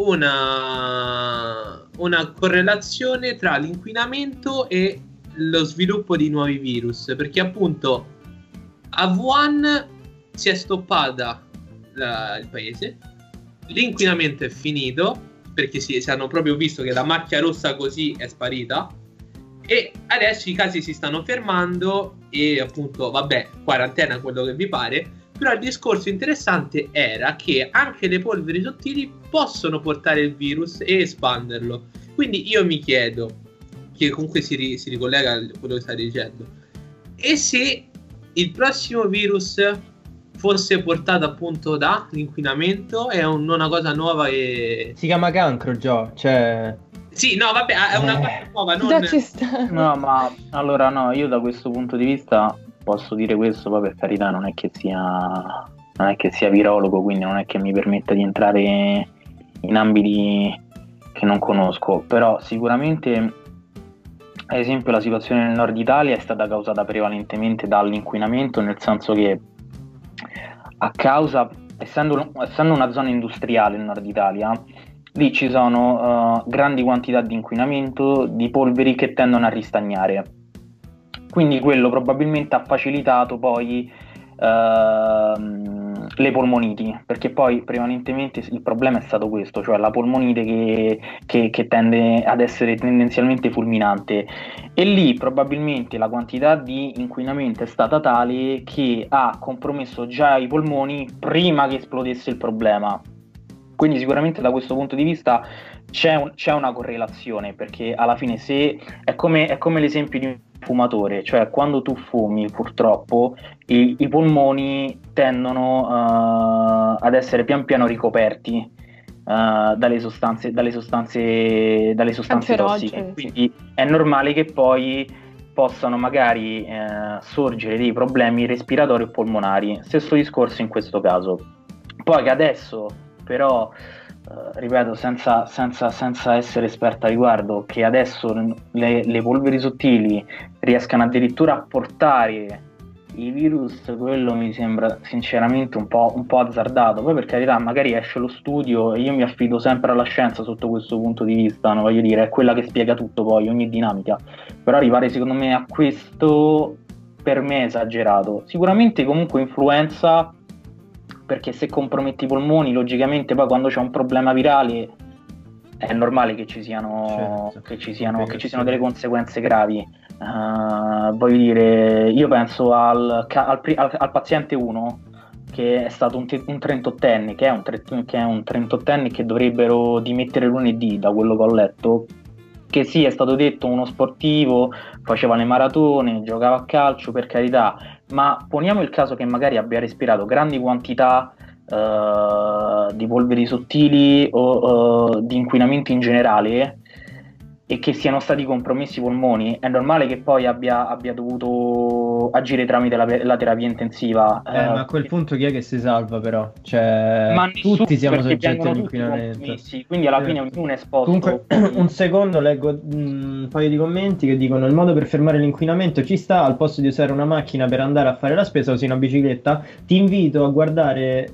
una correlazione tra l'inquinamento e lo sviluppo di nuovi virus, perché appunto a Wuhan si è stoppata il paese, l'inquinamento è finito perché si hanno proprio visto che la macchia rossa così è sparita e adesso i casi si stanno fermando e appunto vabbè, quarantena, quello che vi pare, però il discorso interessante era che anche le polveri sottili possono portare il virus e espanderlo. Quindi io mi chiedo, che comunque si ricollega a quello che stai dicendo, e se il prossimo virus fosse portato appunto dall'inquinamento, è una cosa nuova e... Si chiama cancro, Gio, cioè... Sì, no, vabbè, è una cosa nuova, non... già ci sta. No, ma allora no, io da questo punto di vista posso dire questo, poi per carità non è che sia virologo, quindi non è che mi permetta di entrare in ambiti che non conosco, però sicuramente ad esempio la situazione nel nord Italia è stata causata prevalentemente dall'inquinamento, nel senso che a causa, essendo una zona industriale il nord Italia, lì ci sono grandi quantità di inquinamento, di polveri che tendono a ristagnare, quindi quello probabilmente ha facilitato poi le polmoniti, perché poi prevalentemente il problema è stato questo, cioè la polmonite che tende ad essere tendenzialmente fulminante, e lì probabilmente la quantità di inquinamento è stata tale che ha compromesso già i polmoni prima che esplodesse il problema. Quindi sicuramente da questo punto di vista c'è una correlazione, perché alla fine se è come l'esempio di un fumatore, cioè quando tu fumi purtroppo i polmoni tendono ad essere pian piano ricoperti dalle sostanze tossiche, quindi è normale che poi possano magari sorgere dei problemi respiratori o polmonari. Stesso discorso in questo caso. Poi che adesso però ripeto, senza essere esperta a riguardo, che adesso le polveri sottili riescano addirittura a portare i virus, quello mi sembra sinceramente un po' azzardato. Poi per carità, magari esce lo studio e io mi affido sempre alla scienza sotto questo punto di vista, no? Voglio dire, è quella che spiega tutto poi, ogni dinamica, però arrivare secondo me a questo per me è esagerato. Sicuramente comunque influenza, perché se comprometti i polmoni, logicamente poi quando c'è un problema virale è normale che ci siano delle conseguenze gravi. Voglio dire, io penso al paziente 1, che è stato un 38enne, che è un 38enne che dovrebbero dimettere lunedì, da quello che ho letto, che sì, è stato detto uno sportivo, faceva le maratone, giocava a calcio, per carità, ma poniamo il caso che magari abbia respirato grandi quantità di polveri sottili o di inquinamento in generale e che siano stati compromessi i polmoni, è normale che poi abbia dovuto agire tramite la terapia intensiva. Ma a quel punto chi è che si salva però? Cioè, tutti siamo soggetti all'inquinamento. Quindi alla fine ognuno è esposto. Comunque, un secondo, leggo un paio di commenti che dicono: il modo per fermare l'inquinamento ci sta, al posto di usare una macchina per andare a fare la spesa usi una bicicletta. Ti invito a guardare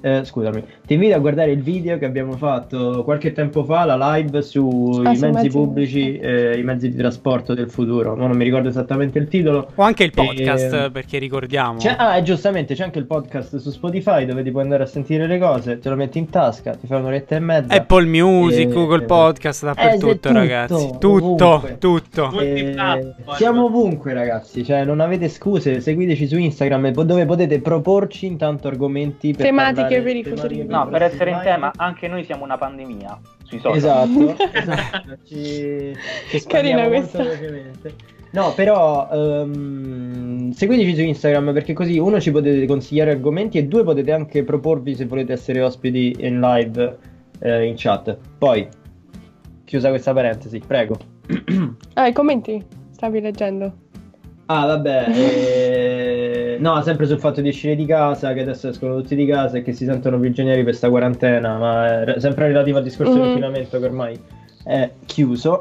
il video che abbiamo fatto qualche tempo fa, la live sui mezzi pubblici i mezzi di trasporto del futuro, ma non mi ricordo esattamente il titolo. O anche il podcast, perché ricordiamo. Giustamente, c'è anche il podcast su Spotify dove ti puoi andare a sentire le cose, te lo metti in tasca, ti fai un'oretta e mezza. Apple Music, Google Podcast, dappertutto, ragazzi. Tutto. Siamo ovunque, ragazzi, cioè non avete scuse, seguiteci su Instagram dove potete proporci intanto argomenti per tematiche per i futuri. No, per essere in tema, anche noi siamo una pandemia sui social. Esatto. Ci Carina molto velocemente. No, però seguiteci su Instagram, perché così uno ci potete consigliare argomenti e due potete anche proporvi se volete essere ospiti in live in chat. Poi, chiusa questa parentesi, prego. I commenti stavi leggendo? Ah, vabbè, no, sempre sul fatto di uscire di casa, che adesso escono tutti di casa e che si sentono prigionieri per sta quarantena, ma è sempre relativo al discorso del confinamento che ormai è chiuso.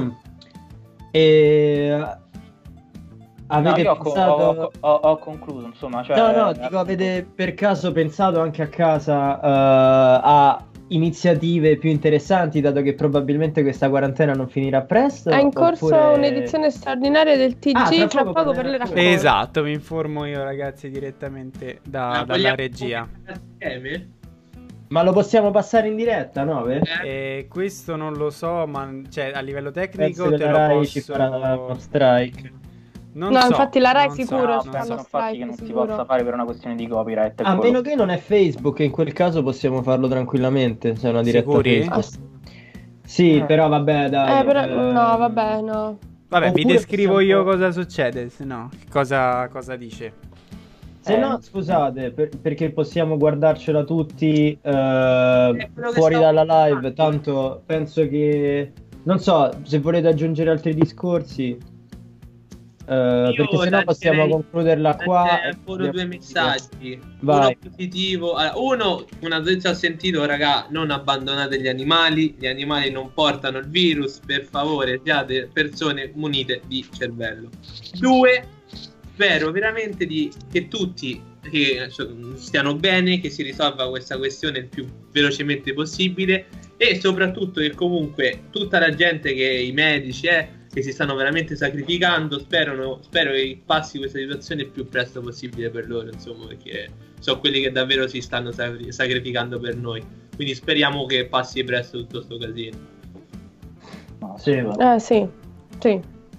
E avete pensato... ho concluso, insomma. Cioè, No, dico, avete per caso pensato anche a casa a iniziative più interessanti, dato che probabilmente questa quarantena non finirà presto? È in corso un'edizione straordinaria del TG, tra poco parlerà. Esatto, vi informo io, ragazzi, direttamente dalla regia. Ma lo possiamo passare in diretta, no? Questo non lo so, ma cioè, a livello tecnico penso te che lo la Rai posso... ci farà uno strike. Non no, so, infatti la Rai non sicuro so, fanno infatti che non sicuro. si possa fare per una questione di copyright. A meno che non è Facebook, in quel caso possiamo farlo tranquillamente, se è una diretta Sicuri? Facebook. Sì, però vabbè, dai. No, vabbè, no. Vabbè, vi Oppure descrivo io possiamo- cosa succede, se no, cosa dice. Se no, scusate, perché possiamo guardarcela tutti quello che fuori stavo dalla live, tanto penso che... Non so, se volete aggiungere altri discorsi, perché se no possiamo concluderla qua. Ancora due messaggi. Vai. Uno positivo. Allora, uno, una volta ho sentito, raga, non abbandonate gli animali non portano il virus, per favore siate persone munite di cervello. Due, spero veramente che tutti stiano bene, che si risolva questa questione il più velocemente possibile, e soprattutto che comunque tutta la gente, che i medici che si stanno veramente sacrificando, spero che passi questa situazione il più presto possibile per loro, insomma, perché sono quelli che davvero si stanno sacrificando per noi, quindi speriamo che passi presto tutto sto casino. No, Sì. Sì.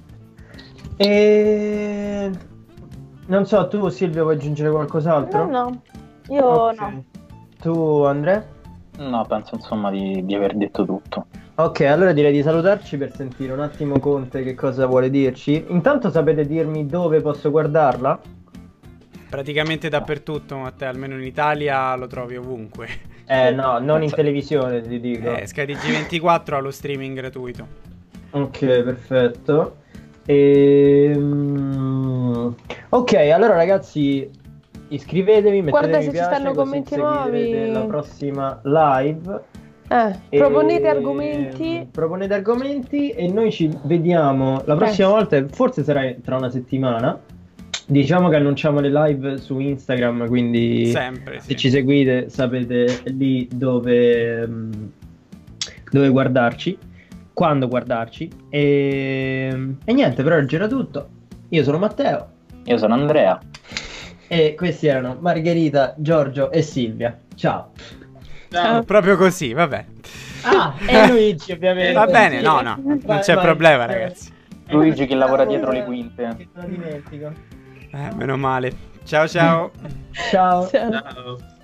E... Non so, tu Silvia vuoi aggiungere qualcos'altro? No, io Ok. no. Tu Andrea? No, penso insomma di aver detto tutto. Ok, allora direi di salutarci per sentire un attimo Conte che cosa vuole dirci. Intanto sapete dirmi dove posso guardarla? Praticamente dappertutto, Matteo, almeno in Italia lo trovi ovunque. No, non in televisione, ti dico. SkyTG24 ha lo streaming gratuito. Ok, perfetto. Ok, allora ragazzi, iscrivetevi, mettete Guarda mi se ci piace, stanno così commenti seguirete nuovi. la prossima live. Proponete argomenti. Proponete argomenti e noi ci vediamo la prossima volta, forse sarà tra una settimana. Diciamo che annunciamo le live su Instagram, quindi Sempre, se ci seguite sapete lì dove guardarci, quando guardarci. E niente, per oggi era tutto. Io sono Matteo. Io sono Andrea. E questi erano Margherita, Giorgio e Silvia. Ciao. Ciao. Proprio così, vabbè. E Luigi ovviamente. Va bene, no, non c'è problema, ragazzi. Luigi che lavora dietro le quinte. Che te lo dimentico. Meno male. Ciao ciao. Ciao. Ciao.